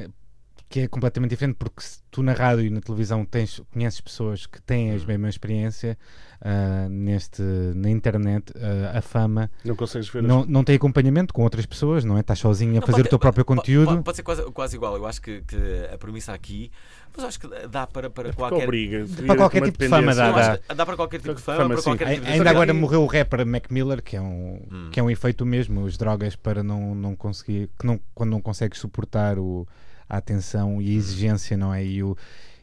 que é completamente diferente, porque se tu na rádio e na televisão tens, conheces pessoas que têm a mesma experiência, uh, neste, na internet, uh, a fama Não consegues ver não, não tem acompanhamento com outras pessoas, não é? Estás sozinho a Não, fazer pode- o teu próprio pode- conteúdo. Pode, pode ser quase, quase igual. Eu acho que, que a premissa aqui, mas acho que dá para, para as... qualquer. Obriga. Para qualquer tipo de fama dá, Eu dá. acho que dá para qualquer tipo de fama, Fama, para sim. qualquer Ai- tipo de Ainda agora vida. morreu o rapper Mac Miller, que é um, Hum. que é um efeito mesmo, as drogas para não, não conseguir, que não, quando não consegues suportar o, a atenção e a exigência, não é? E, o,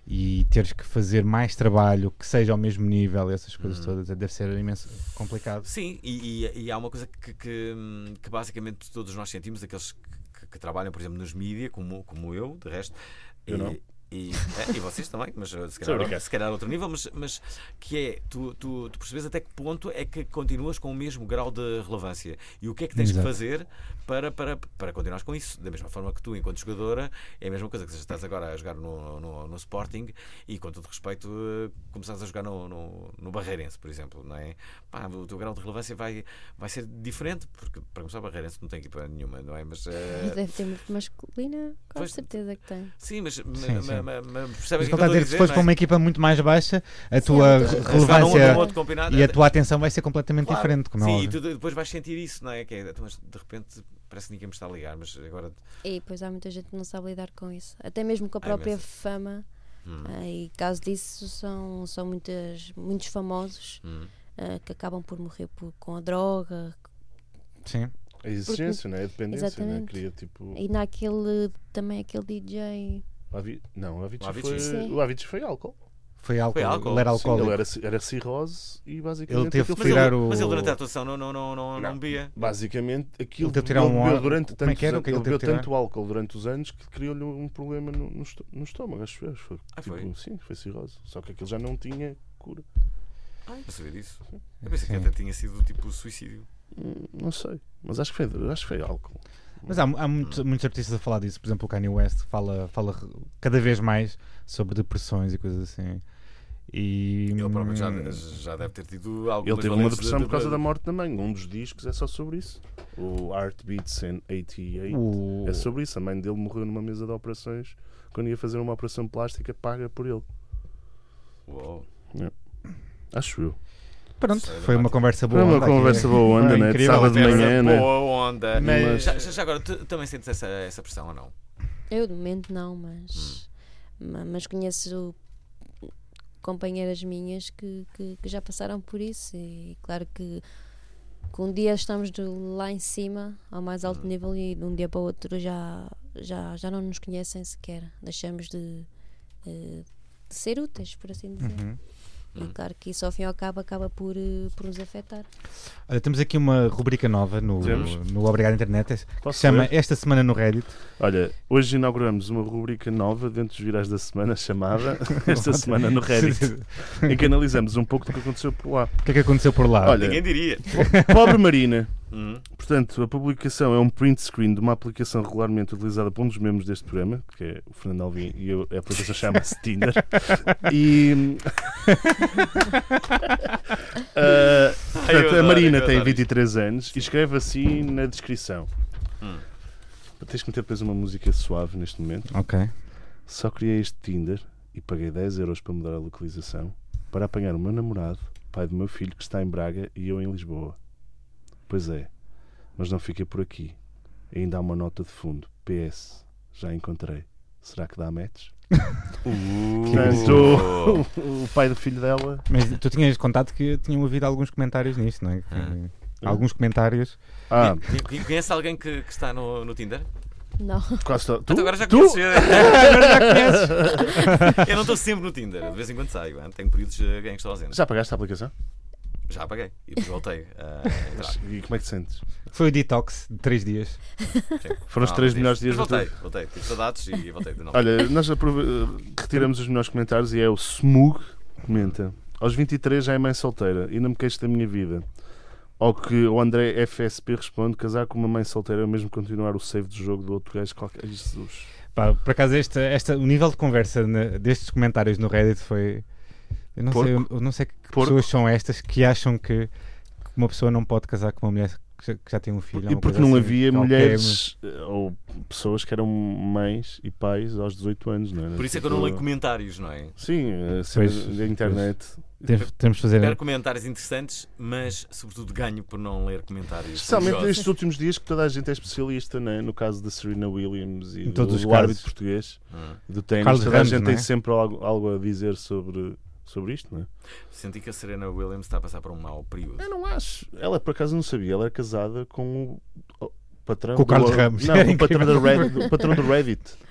e teres que fazer mais trabalho que seja ao mesmo nível, essas coisas Hum. todas, deve ser imenso complicado. Sim, e, e- e há uma coisa que, que, que basicamente todos nós sentimos, aqueles que, que- que trabalham, por exemplo, nos mídia, como, como eu, de resto. Eu e, não. E, é, e vocês também, mas uh, se Estou a calhar, brincar. se calhar a outro nível, mas, mas que é, tu, tu, tu percebes até que ponto é que continuas com o mesmo grau de relevância e o que é que tens Exato. que fazer para, para, para continuares com isso. Da mesma forma que tu, enquanto jogadora, é a mesma coisa que estás agora a jogar no, no, no Sporting e, com todo respeito, uh, começares a jogar no, no, no Barreirense, por exemplo, não é? Pá, o teu grau de relevância vai, vai ser diferente, porque para começar, o Barreirense não tem equipa nenhuma, não é? Mas, uh, Deve ter muito masculina, com Pois- certeza que tem. sim, mas, Sim, mas, sim. mas, mas, mas Mas percebes o que ele está a eu dizer estou que se fores não para é? uma equipa muito mais baixa, a Sim, tua é muito- A jogar num outro- relevância num outro campeonato, e a tua atenção vai ser completamente Claro. diferente, como é Sim, e óbvio. tu depois vais sentir isso, não é? Que é, então, mas de repente parece que ninguém me está a ligar, mas agora. E depois há muita gente que não sabe lidar com isso. Até mesmo com a Há própria imensa. fama. Hum, ah, e caso disso, são, são muitas, muitos famosos hum. ah, que acabam por morrer por- com a droga. Sim. A exigência, não é? A dependência, não é? Exatamente. Queria tipo. E naquele também aquele D J. o Avi- Não, o Avicii O Avicii. foi. Sim. O Avicii foi álcool. Foi álcool. Foi álcool. Ele era Sim, alcoólico. ele era, ci- era cirrose e basicamente. Ele teve aquilo que Mas, foi- tirar ele, o- mas ele durante a atuação não, não, não, não, não Não. bebia. Basicamente, aquilo Ele teve que tirar um bebeu ar- durante como é que tantos era? O anos, que é que ele ele teve bebeu que tirar? tanto álcool durante os anos que criou-lhe um problema no, no, esto- no estômago, acho eu. Foi, Ah, tipo, foi? Sim, foi cirrose. Só que aquilo já não tinha cura. Ah, não sabia disso. Eu pensei que Sim. até tinha sido tipo suicídio. Hum, Não sei, mas acho que foi, acho que foi álcool. Mas há, há muito- muitos artistas a falar disso. Por exemplo, o Kanye West fala, fala cada vez mais sobre depressões e coisas assim. E Ele próprio já, hum, já deve ter tido algo. Ele teve uma depressão por causa da morte também. Um dos discos é só sobre isso. O Heartbeats in oitenta e oito o- é sobre isso. A mãe dele morreu numa mesa de operações quando ia fazer uma operação plástica paga por ele. Uou. Acho eu. Pronto, Sei, foi uma Martin. conversa boa. Foi uma onda aqui. conversa boa onda, Foi né? De incrível. sábado de Conversa manhã, né? boa onda. Mas- Já, já agora, tu também sentes essa, essa pressão ou não? Eu de momento não, mas, ma- mas conheço companheiras minhas que, que, que já passaram por isso. E claro que, que um dia estamos do- lá em cima, ao mais alto nível, e de um dia para o outro já, já, já não nos conhecem sequer. Deixamos de, eh, de ser úteis, por assim dizer. Uhum. E claro que isso ao fim e ao cabo acaba por, eh, por nos afetar. Olha, temos aqui uma rubrica nova no, Temos. no Obrigado Internet que Posso se chama ler? Esta Semana no Reddit. Olha, hoje inauguramos uma rubrica nova dentro dos Virais da Semana chamada Esta Semana no Reddit, em que analisamos um pouco do que aconteceu por lá. O que é que aconteceu por lá? Olha, Ninguém diria. Pobre Marina. Hum. Portanto, a publicação é um print screen de uma aplicação regularmente utilizada por um dos membros deste programa, que é o Fernando Alvim, e eu- a aplicação chama-se Tinder. E. Ah, portanto, eu a adoro, Marina eu tem adoro vinte e três anos e escreve assim na descrição. Hum. Tens que meter depois uma música suave neste momento. Ok. Só criei este Tinder e paguei dez euros para mudar a localização para apanhar o meu namorado, pai do meu filho, que está em Braga e eu em Lisboa. Pois é, mas não fiquei por aqui. Ainda há uma nota de fundo. P S. Já encontrei. Será que dá match? Portanto, o, o pai do filho dela. Mas tu tinhas contado que tinham havido alguns comentários nisto, não é? Que- Ah. Alguns comentários. Ah, Conhe- Conhece alguém que, que está no, no Tinder? Não. quase to- tu? Então agora já Tu? conheces. Agora já conheces. Eu não estou sempre no Tinder, de vez em quando saio. hein? Tenho períodos eh, em que estou ausente. Já pagaste a aplicação? Já apaguei e depois voltei a entrar. E como é que te sentes? Foi o detox de três dias. Sim. Foram os Não, três mas melhores isso- dias mas da tua- voltei, voltei. Tive saudades e voltei de novo. Olha, nós aprove- retiramos os melhores comentários e é o Smug comenta: aos vinte e três já é mãe solteira, ainda me queixo da minha vida. Ao que o André F S P responde: casar com uma mãe solteira é mesmo continuar o save do jogo do outro gajo qualquer. Jesus. Pá, por acaso, esta, esta, o nível de conversa na- destes comentários no Reddit foi. Eu não, Porco. sei, eu, eu não sei que Porco. pessoas são estas que acham que, que uma pessoa não pode casar com uma mulher que já, que já tem um filho. ou E uma porque coisa não assim, havia qualquer, mulheres eh, ou pessoas que eram mães e pais aos dezoito anos, não é? Por isso é que eu não leio comentários, não é? Sim, a cena Pois, da internet. Temos, temos de fazer. Quero comentários interessantes, mas sobretudo ganho por não ler comentários. Especialmente religiosos. nestes últimos dias que toda a gente é especialista, não é? No caso da Serena Williams e Em do, todos os do casos. árbitro português, Hum. do ténis, Carlos toda a Ramos, gente não tem é? sempre algo, algo a dizer sobre, sobre isto, não é? Senti que a Serena Williams está a passar por um mau período. Eu não acho. Ela por acaso não sabia, ela era casada com o, o patrão Com o do- Carlos Ramos. Não, Era o patrão, da incrível. Reddit, o patrão do Reddit.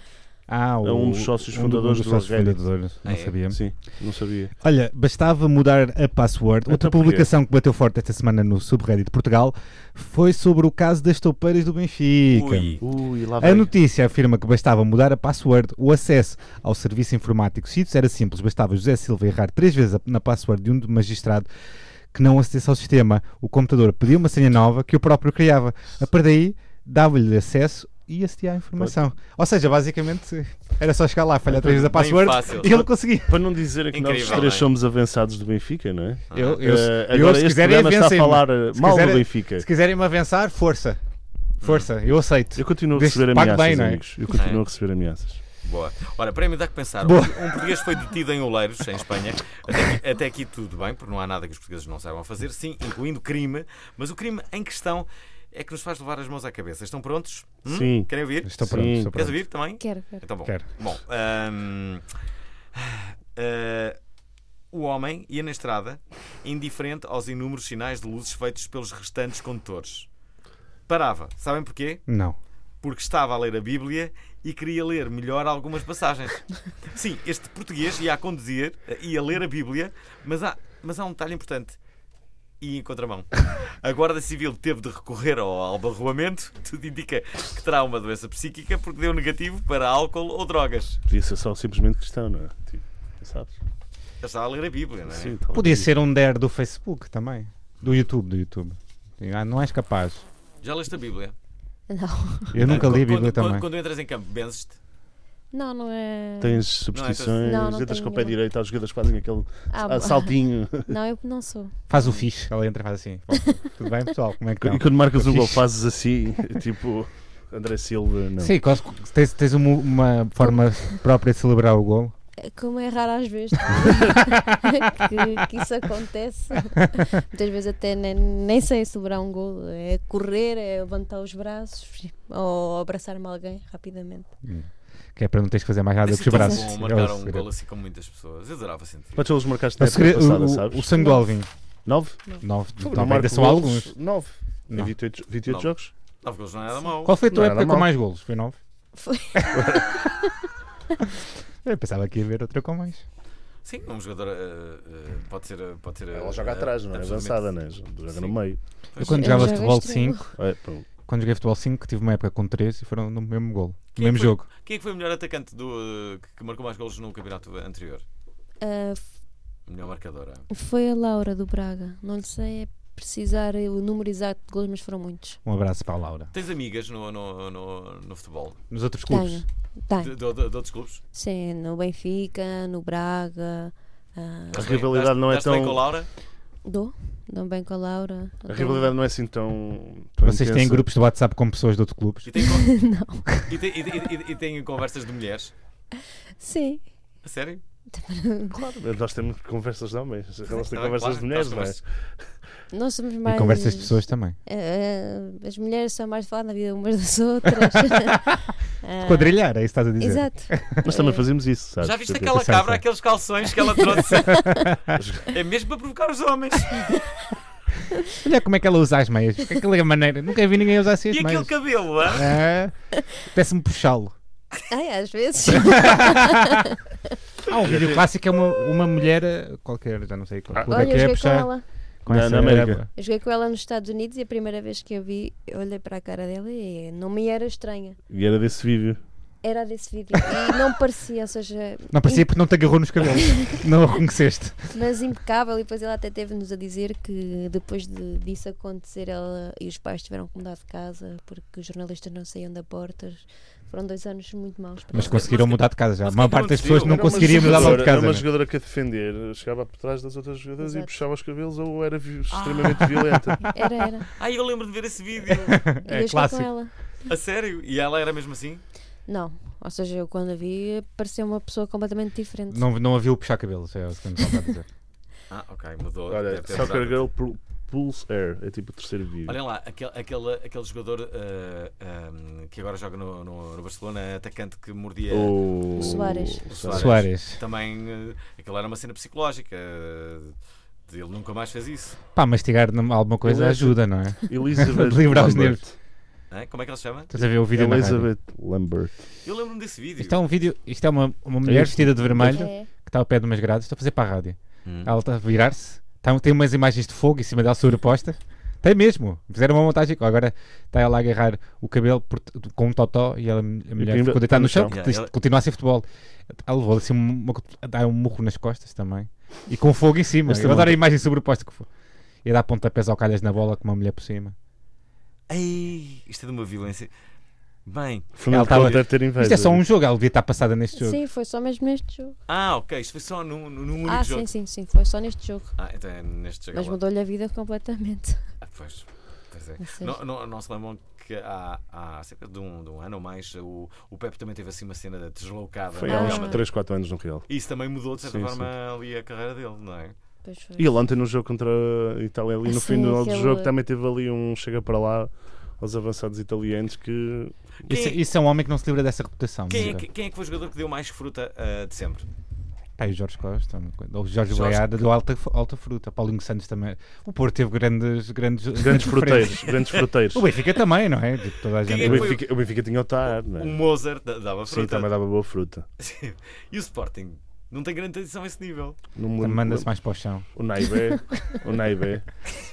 Ah, o, É um dos sócios um fundadores dos do sócios Reddit. fundadores, não Ah, é? sabia. Sim, não sabia. Olha, bastava mudar a password. Outra Então porquê? publicação que bateu forte esta semana no subreddit de Portugal foi sobre o caso das toupeiras do Benfica. Ui. Ui, lá A vai. notícia afirma que bastava mudar a password. O acesso ao serviço informático sítios era simples. Bastava José Silva errar três vezes a- na password de um magistrado que não acedesse ao sistema. O computador pedia uma senha nova que o próprio criava. A partir daí, dava-lhe acesso e acedia à informação. Ou seja, basicamente, era só chegar lá, falhar três vezes a Bem password fácil. e ele conseguia. Para não dizerem que nós Incrível, três não é? somos avançados do Benfica, não é? Eu, eu, Eh, eu, agora se este quiserem, programa está a avancem-me. falar eh, Se mal quiserem- do Benfica. Se quiserem-me avançar, força. Força, eu aceito. Eu continuo a Desde receber que pague ameaças, bem, não é? amigos. Eu continuo É. a receber ameaças. Boa. Ora, prémio dá que pensar. Um, Boa. um português foi detido em Oleiros, em Espanha. Até aqui, até aqui tudo bem, porque não há nada que os portugueses não saibam fazer, sim, incluindo crime. Mas o crime em questão é que nos faz levar as mãos à cabeça. Estão prontos? Hum? Sim. Querem ouvir? Estou Sim. pronto, estou Queres pronto. ouvir também? Quero, quero. Então bom. Quero. Bom, hum, ah, o homem ia na estrada indiferente aos inúmeros sinais de luzes feitos pelos restantes condutores. Parava. Sabem porquê? Não. Porque estava a ler a Bíblia e queria ler melhor algumas passagens. Sim, este português ia a conduzir, ia ler a Bíblia, mas há, mas há um detalhe importante. E em contramão. A Guarda Civil teve de recorrer ao albarroamento. Tudo indica que terá uma doença psíquica porque deu negativo para álcool ou drogas. Podia ser só simplesmente cristão, não é? Tipo, sabes? Ele estava a ler a Bíblia, não é? Sim, talvez. Podia ser um dare do Facebook também. Do YouTube, do YouTube. Ah, não és capaz. Já leste a Bíblia? Não, Eu nunca li a Quando- Bíblia quando, também. Quando, entras em campo, benzes-te? não, não é. Tens substituições, Não, não entras tenho com o pé nenhuma. direito, aos jogadores fazem aquele Ah, ah, saltinho. Não, eu não sou. Faz o fixe. Ela entra e faz assim. Bom, tudo bem, pessoal? Como é que E estão? quando marcas um gol Fixe. fazes assim, tipo André Silva, não. Sim, quase- tens, tens uma, uma forma própria de celebrar o gol. Como é raro às vezes que, que isso acontece. Muitas vezes até nem, nem sei celebrar um gol. É correr, é levantar os braços ou abraçar-me a alguém rapidamente. Que é para não teres que fazer mais nada Deve que ser os tão braços. bom É marcar o um segredo. gol assim com muitas pessoas. Eu adorava sentir. Quantos golos marcaste É na o, segredo- época passada, o- sabes? o sangue do Alvin. Nove? Nove. Não Então, marco ainda são golos, alguns. Nove. Em Não. vinte e oito, vinte e oito Nove. jogos? Nove golos não é nada mau. Qual foi a tua Não era época com mau. mais golos? Foi nove? Foi. Eu pensava que ia haver outra com mais. Sim, um jogador uh, uh, pode ser. uh, Pode ser uh, Ela joga uh, atrás, não é? absolutamente- Avançada, não é? Joga Sim. no meio. Eu quando Eu jogava jogo futebol extremo. cinco, É, pronto. quando joguei futebol cinco, tive uma época com três e foram no mesmo gol. No Quem mesmo foi? jogo. Quem é que foi o melhor atacante do, uh, que- que marcou mais golos no campeonato anterior? Ah, Melhor marcadora. foi a Laura do Braga. Não lhe sei precisar o número exato de gols, mas foram muitos. Um abraço para a Laura. Tens amigas no, no, no, no futebol? Nos outros clubes. Tenho. Tenho. De, de, de, de outros clubes? Sim, no Benfica, no Braga. ah, A Dás bem- rivalidade dás- não é dás bem tão- com a Laura? dou. Dou bem com a Laura. A Dou- rivalidade não é assim tão. tão Vocês têm intensa. grupos de WhatsApp com pessoas de outros clubes? E tem, con- Não. e, tem, e, tem- e, e tem conversas de mulheres? Sim. A sério? Claro, nós temos conversas de homens. Elas têm Está bem, conversas claro, de mulheres, não é? nós Nós somos E mais. conversas de pessoas também. eh, as mulheres são mais falar na vida umas das outras. Ah, Quadrilhar, é isso que estás a dizer. Exato. Nós também Eh, fazemos isso, sabes? Já viste Tipo, aquela sei, cabra, sei. aqueles calções que ela trouxe? É mesmo para provocar os homens. Olha como é que ela usa as meias. Aquela maneira. Nunca vi ninguém usar assim as E aquele meias. cabelo, hã? É, Peço-me puxá-lo. Ai, às vezes. Há um vídeo clássico, é uma, uma mulher eh, qualquer, já não sei qual Ah. clube é Olha, que eu é, joguei com puxar ela. com Na- essa na América. Eu joguei com ela nos Estados Unidos e a primeira vez que eu vi, eu olhei para a cara dela e não me era estranha. E era desse vídeo. Era desse vídeo. E não parecia, ou seja. Não parecia porque não te agarrou nos cabelos. Não a reconheceste. Mas impecável, e depois ela até teve-nos a dizer que depois de, disso acontecer, ela e os pais tiveram que mudar de casa porque os jornalistas não saíam da porta. Foram dois anos muito maus para Mas ela. conseguiram mudar de casa já. A mas maior o que é que parte das aconteceu? pessoas não Era uma conseguiria mudar logo de jogadora- casa. Era uma né? jogadora que a defender chegava por trás das outras jogadoras e Exato. puxava os cabelos ou era vi- extremamente violenta. Era, era. Ai, eu lembro de ver esse vídeo. E É eu joguei clássico. com ela. A sério? E ela era mesmo assim? Não, ou seja, eu quando a vi parecia uma pessoa completamente diferente. Não, não havia o puxar cabelos, é o que me falta a dizer. Ah, ok, mudou. Olha, Deve ter Soccer mudado. Girl Pu- Pulse Air é tipo o terceiro vídeo. Olhem lá, aquele, aquele, aquele jogador uh, um, que agora joga no, no, no Barcelona, atacante que mordia. O O Soares. O Soares. Soares. Também, uh, aquilo era uma cena psicológica. uh, ele nunca mais fez isso. Pá, mastigar num- alguma coisa Ele é- ajuda, não é? Elizabeth De livrar os Lambert. nervos. Hã? Como é que ele se chama? Estás a ver o vídeo na rádio? Elizabeth Lambert. Eu lembro-me desse vídeo. Isto é um vídeo, isto é uma, uma mulher isso? vestida de vermelho É. que está ao pé de umas grades, está a fazer para a rádio. Hum. Ela está a virar-se, está, tem umas imagens de fogo em cima dela sobrepostas. Tem mesmo, fizeram uma montagem. Agora está ela a agarrar o cabelo por- com um totó e ela, a mulher pimba- ficou deitada no no chão, chão. porque Yeah, isto ela- continua a ser futebol. Ela levou assim uma, a dar um murro nas costas também e com fogo em cima. Mas Eu também- adoro a imagem sobreposta que foi. E a dar pontapés ao calhas na bola com uma mulher por cima. Ei, isto é de uma violência. Bem, Fernando tava- Couto deve ter inveja. Isto é só um jogo, ela devia estar passada neste jogo. Sim, foi só mesmo neste jogo. ah, ok, isto foi só num, num único Ah, jogo. sim, sim, sim, foi só neste jogo. Ah, então é neste jogo. Mas ela- mudou-lhe a vida completamente. Ah, pois, pois é. Ou seja, Não, não, não se lembram que há, há cerca de um, de um ano ou mais o, o Pepe também teve assim uma cena deslocada. Foi no há Ah. Real uns Madrid. três, quatro anos no Real. E isso também mudou de certa Sim, forma ali a carreira dele, não é? Pois foi. E ele ontem no jogo contra a Itália, ali no Sim, final do aquele- jogo, também teve ali um chega para lá aos avançados italianos que Isso, Quem- isso é um homem que não se livra dessa reputação. Quem é, nunca. que, quem é que foi o jogador que deu mais fruta ah, de sempre? Pá, e o Jorge Costa, uma coisa. O Jorge Jorge- Boiada deu alta, alta fruta. Paulinho Santos também. O Porto teve grandes, grandes, grandes fruteiros, referências. grandes fruteiros. O Benfica também, não é? Tipo, toda a Quem gente. é O que foi Benfica, o Benfica tinha o Tar, não O é? Mozart da- dava Sim, fruta. também dava boa fruta. E o Sporting? Não tem grande tradição a esse nível. Não me Também lembro- manda-se mais para o chão. O Naibé, o Naibé.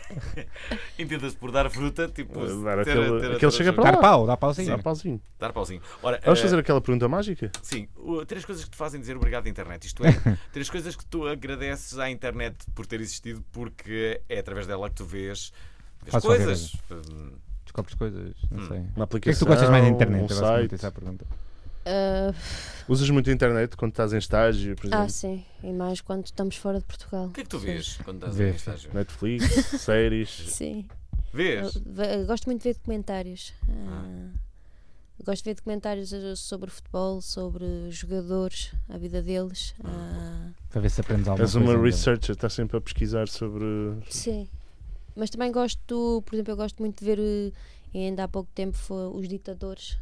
Entenda-se por dar fruta, tipo. Dar ter- aquele- ter- aquele ter- chega ter- para Dar lá. pau, dá pauzinho. Dá pauzinho. Dar pauzinho. Ora, Vamos ah, fazer aquela pergunta mágica? Sim, o- três coisas que te fazem dizer obrigado à internet. Isto é, três coisas que tu agradeces à internet por ter existido, porque é através dela que tu vês as Faz só coisas. Hum, Descobres coisas, não Hum. sei. Uma O que é que aplicação, tu gostas mais da internet? um Eu gosto muito site. dessa pergunta. Ah, Usas muito a internet quando estás em estágio, por exemplo? ah, sim, e mais quando estamos fora de Portugal. O que é que tu vês quando estás Vês. em estágio? Netflix, séries. Sim. Vês? Eu ve- Gosto muito de ver documentários. Ah, gosto de ver documentários eh, sobre futebol, sobre jogadores, a vida deles. Ah, Para ver se aprendes alguma És coisa. uma ainda. researcher, estás sempre a pesquisar sobre. sim. Mas também gosto, por exemplo, eu gosto muito de ver, eh, e ainda há pouco tempo, foi Os Ditadores.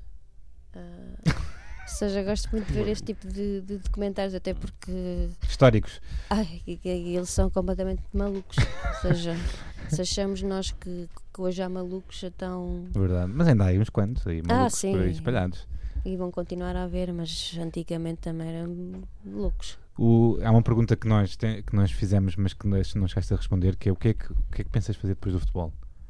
Ah, ou seja, gosto muito de ver este tipo de, de documentários, até porque Históricos. ai, e- e- eles são completamente malucos. Ou seja, se achamos nós que, que hoje há malucos, então. Verdade. Mas ainda há aí uns quantos aí, malucos sim. por aí espalhados. E vão continuar a haver, mas antigamente também eram loucos. O- há uma pergunta que nós, te- que nós fizemos, mas que nós não chegaste a responder, que é o que é que, o que, é que pensas fazer depois do futebol?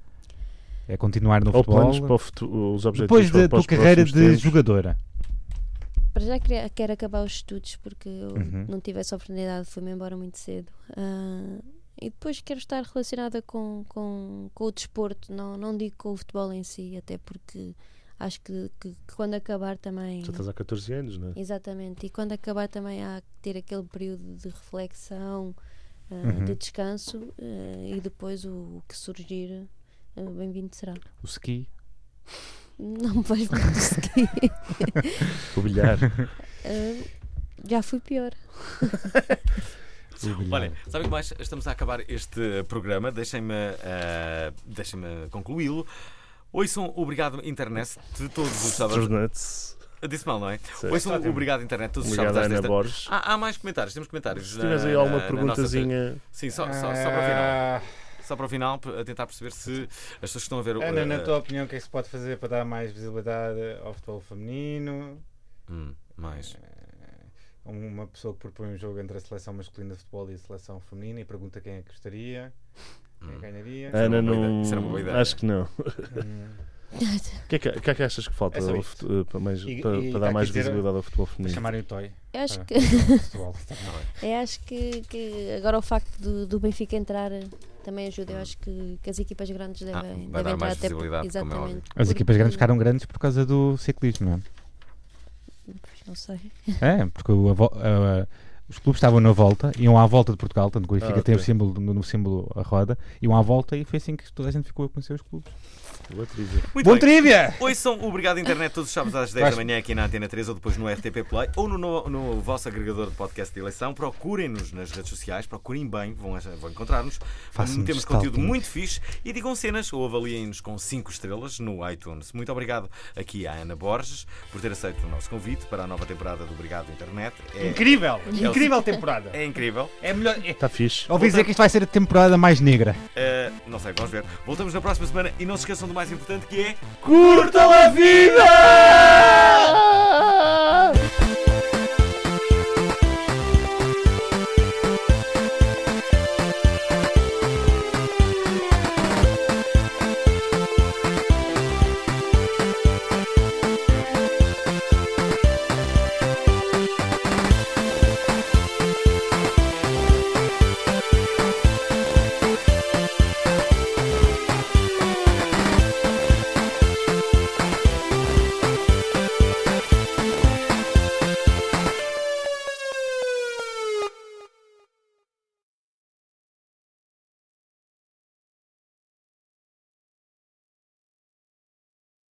É continuar no Ou futebol? planos para o futuro, os objetivos Depois para, da para tua os carreira de próximos tempos. jogadora. Para já queria, quero acabar os estudos porque eu Uhum. não tive essa oportunidade, fui-me embora muito cedo. Ah, e depois quero estar relacionada com, com, com o desporto, não, não digo com o futebol em si, até porque acho que, que, que quando acabar também. Já estás há catorze anos, não é? Exatamente, e quando acabar também há que ter aquele período de reflexão, ah, Uhum. de descanso, ah, e depois o, o que surgir, ah, bem-vindo será. O ski. Não me vejo muito ski. O bilhar. Ah, já fui pior. O bilhar. Olha, sabem que mais? Estamos a acabar este programa. Deixem-me ah, deixem-me concluí-lo. Ouçam o Obrigado Internet de todos os sábados. Internet. Disse mal, não é? Sim. Ouçam o Obrigado Internet todos os Obrigado, sábados. às Ana dez da- Borges. Há, há mais comentários, temos comentários. Se tiveres aí na- alguma na- na nossa- perguntazinha. Sim, só, só, só para o final. Ah, Só para o final, a tentar perceber se as pessoas que estão a ver o. Ana, na uh, tua opinião, o que é que se pode fazer para dar mais visibilidade ao futebol feminino? hum, mais. Uma pessoa que propõe um jogo entre a seleção masculina de futebol e a seleção feminina e pergunta quem é que gostaria, quem Hum. ganharia. era Ana, uma boa não. ideia. Isso era uma boa ideia. Acho que não. Hum. O que, é que, o que é que achas que falta É só ao isto. fute- para, mais- E- para- e para tá dar mais aqui dizer- visibilidade ao futebol Para feminino? chamarem o Toy. Eu acho Ah, que, futebol. eu acho que, que agora o facto do, do Benfica entrar também ajuda. Eu acho que, que as equipas grandes devem, Ah, vai devem dar entrar mais até por- visibilidade, como é exatamente. óbvio. As equipas grandes Porque- ficaram grandes por causa do ciclismo, não Não sei. é? É, porque o- a vo- a- os clubes estavam na volta, iam à volta de Portugal, tanto que o Benfica Ah, tem o ok. símbolo, no, no símbolo a roda, iam à volta e foi assim que toda a gente ficou a conhecer os clubes. Boa trivia. Muito Bom bem. trivia! Ouçam o Obrigado Internet todos os sábados às dez Vais- da manhã aqui na Antena três ou depois no R T P Play ou no, no, no vosso agregador de podcast de eleição. Procurem-nos nas redes sociais, procurem bem, vão, ach- vão encontrar-nos. Façam-nos Temos conteúdo stalking. muito fixe e digam cenas ou avaliem-nos com cinco estrelas no iTunes. Muito obrigado aqui à Ana Borges por ter aceito o nosso convite para a nova temporada do Obrigado Internet. É, Incrível! É o- Incrível temporada! é incrível. É melhor. é- Está fixe. Ouvi dizer que isto vai ser a temporada mais negra. Uh, não sei, vamos ver. Voltamos na próxima semana e não se esqueçam de mais importante, que é... Curtam a vida!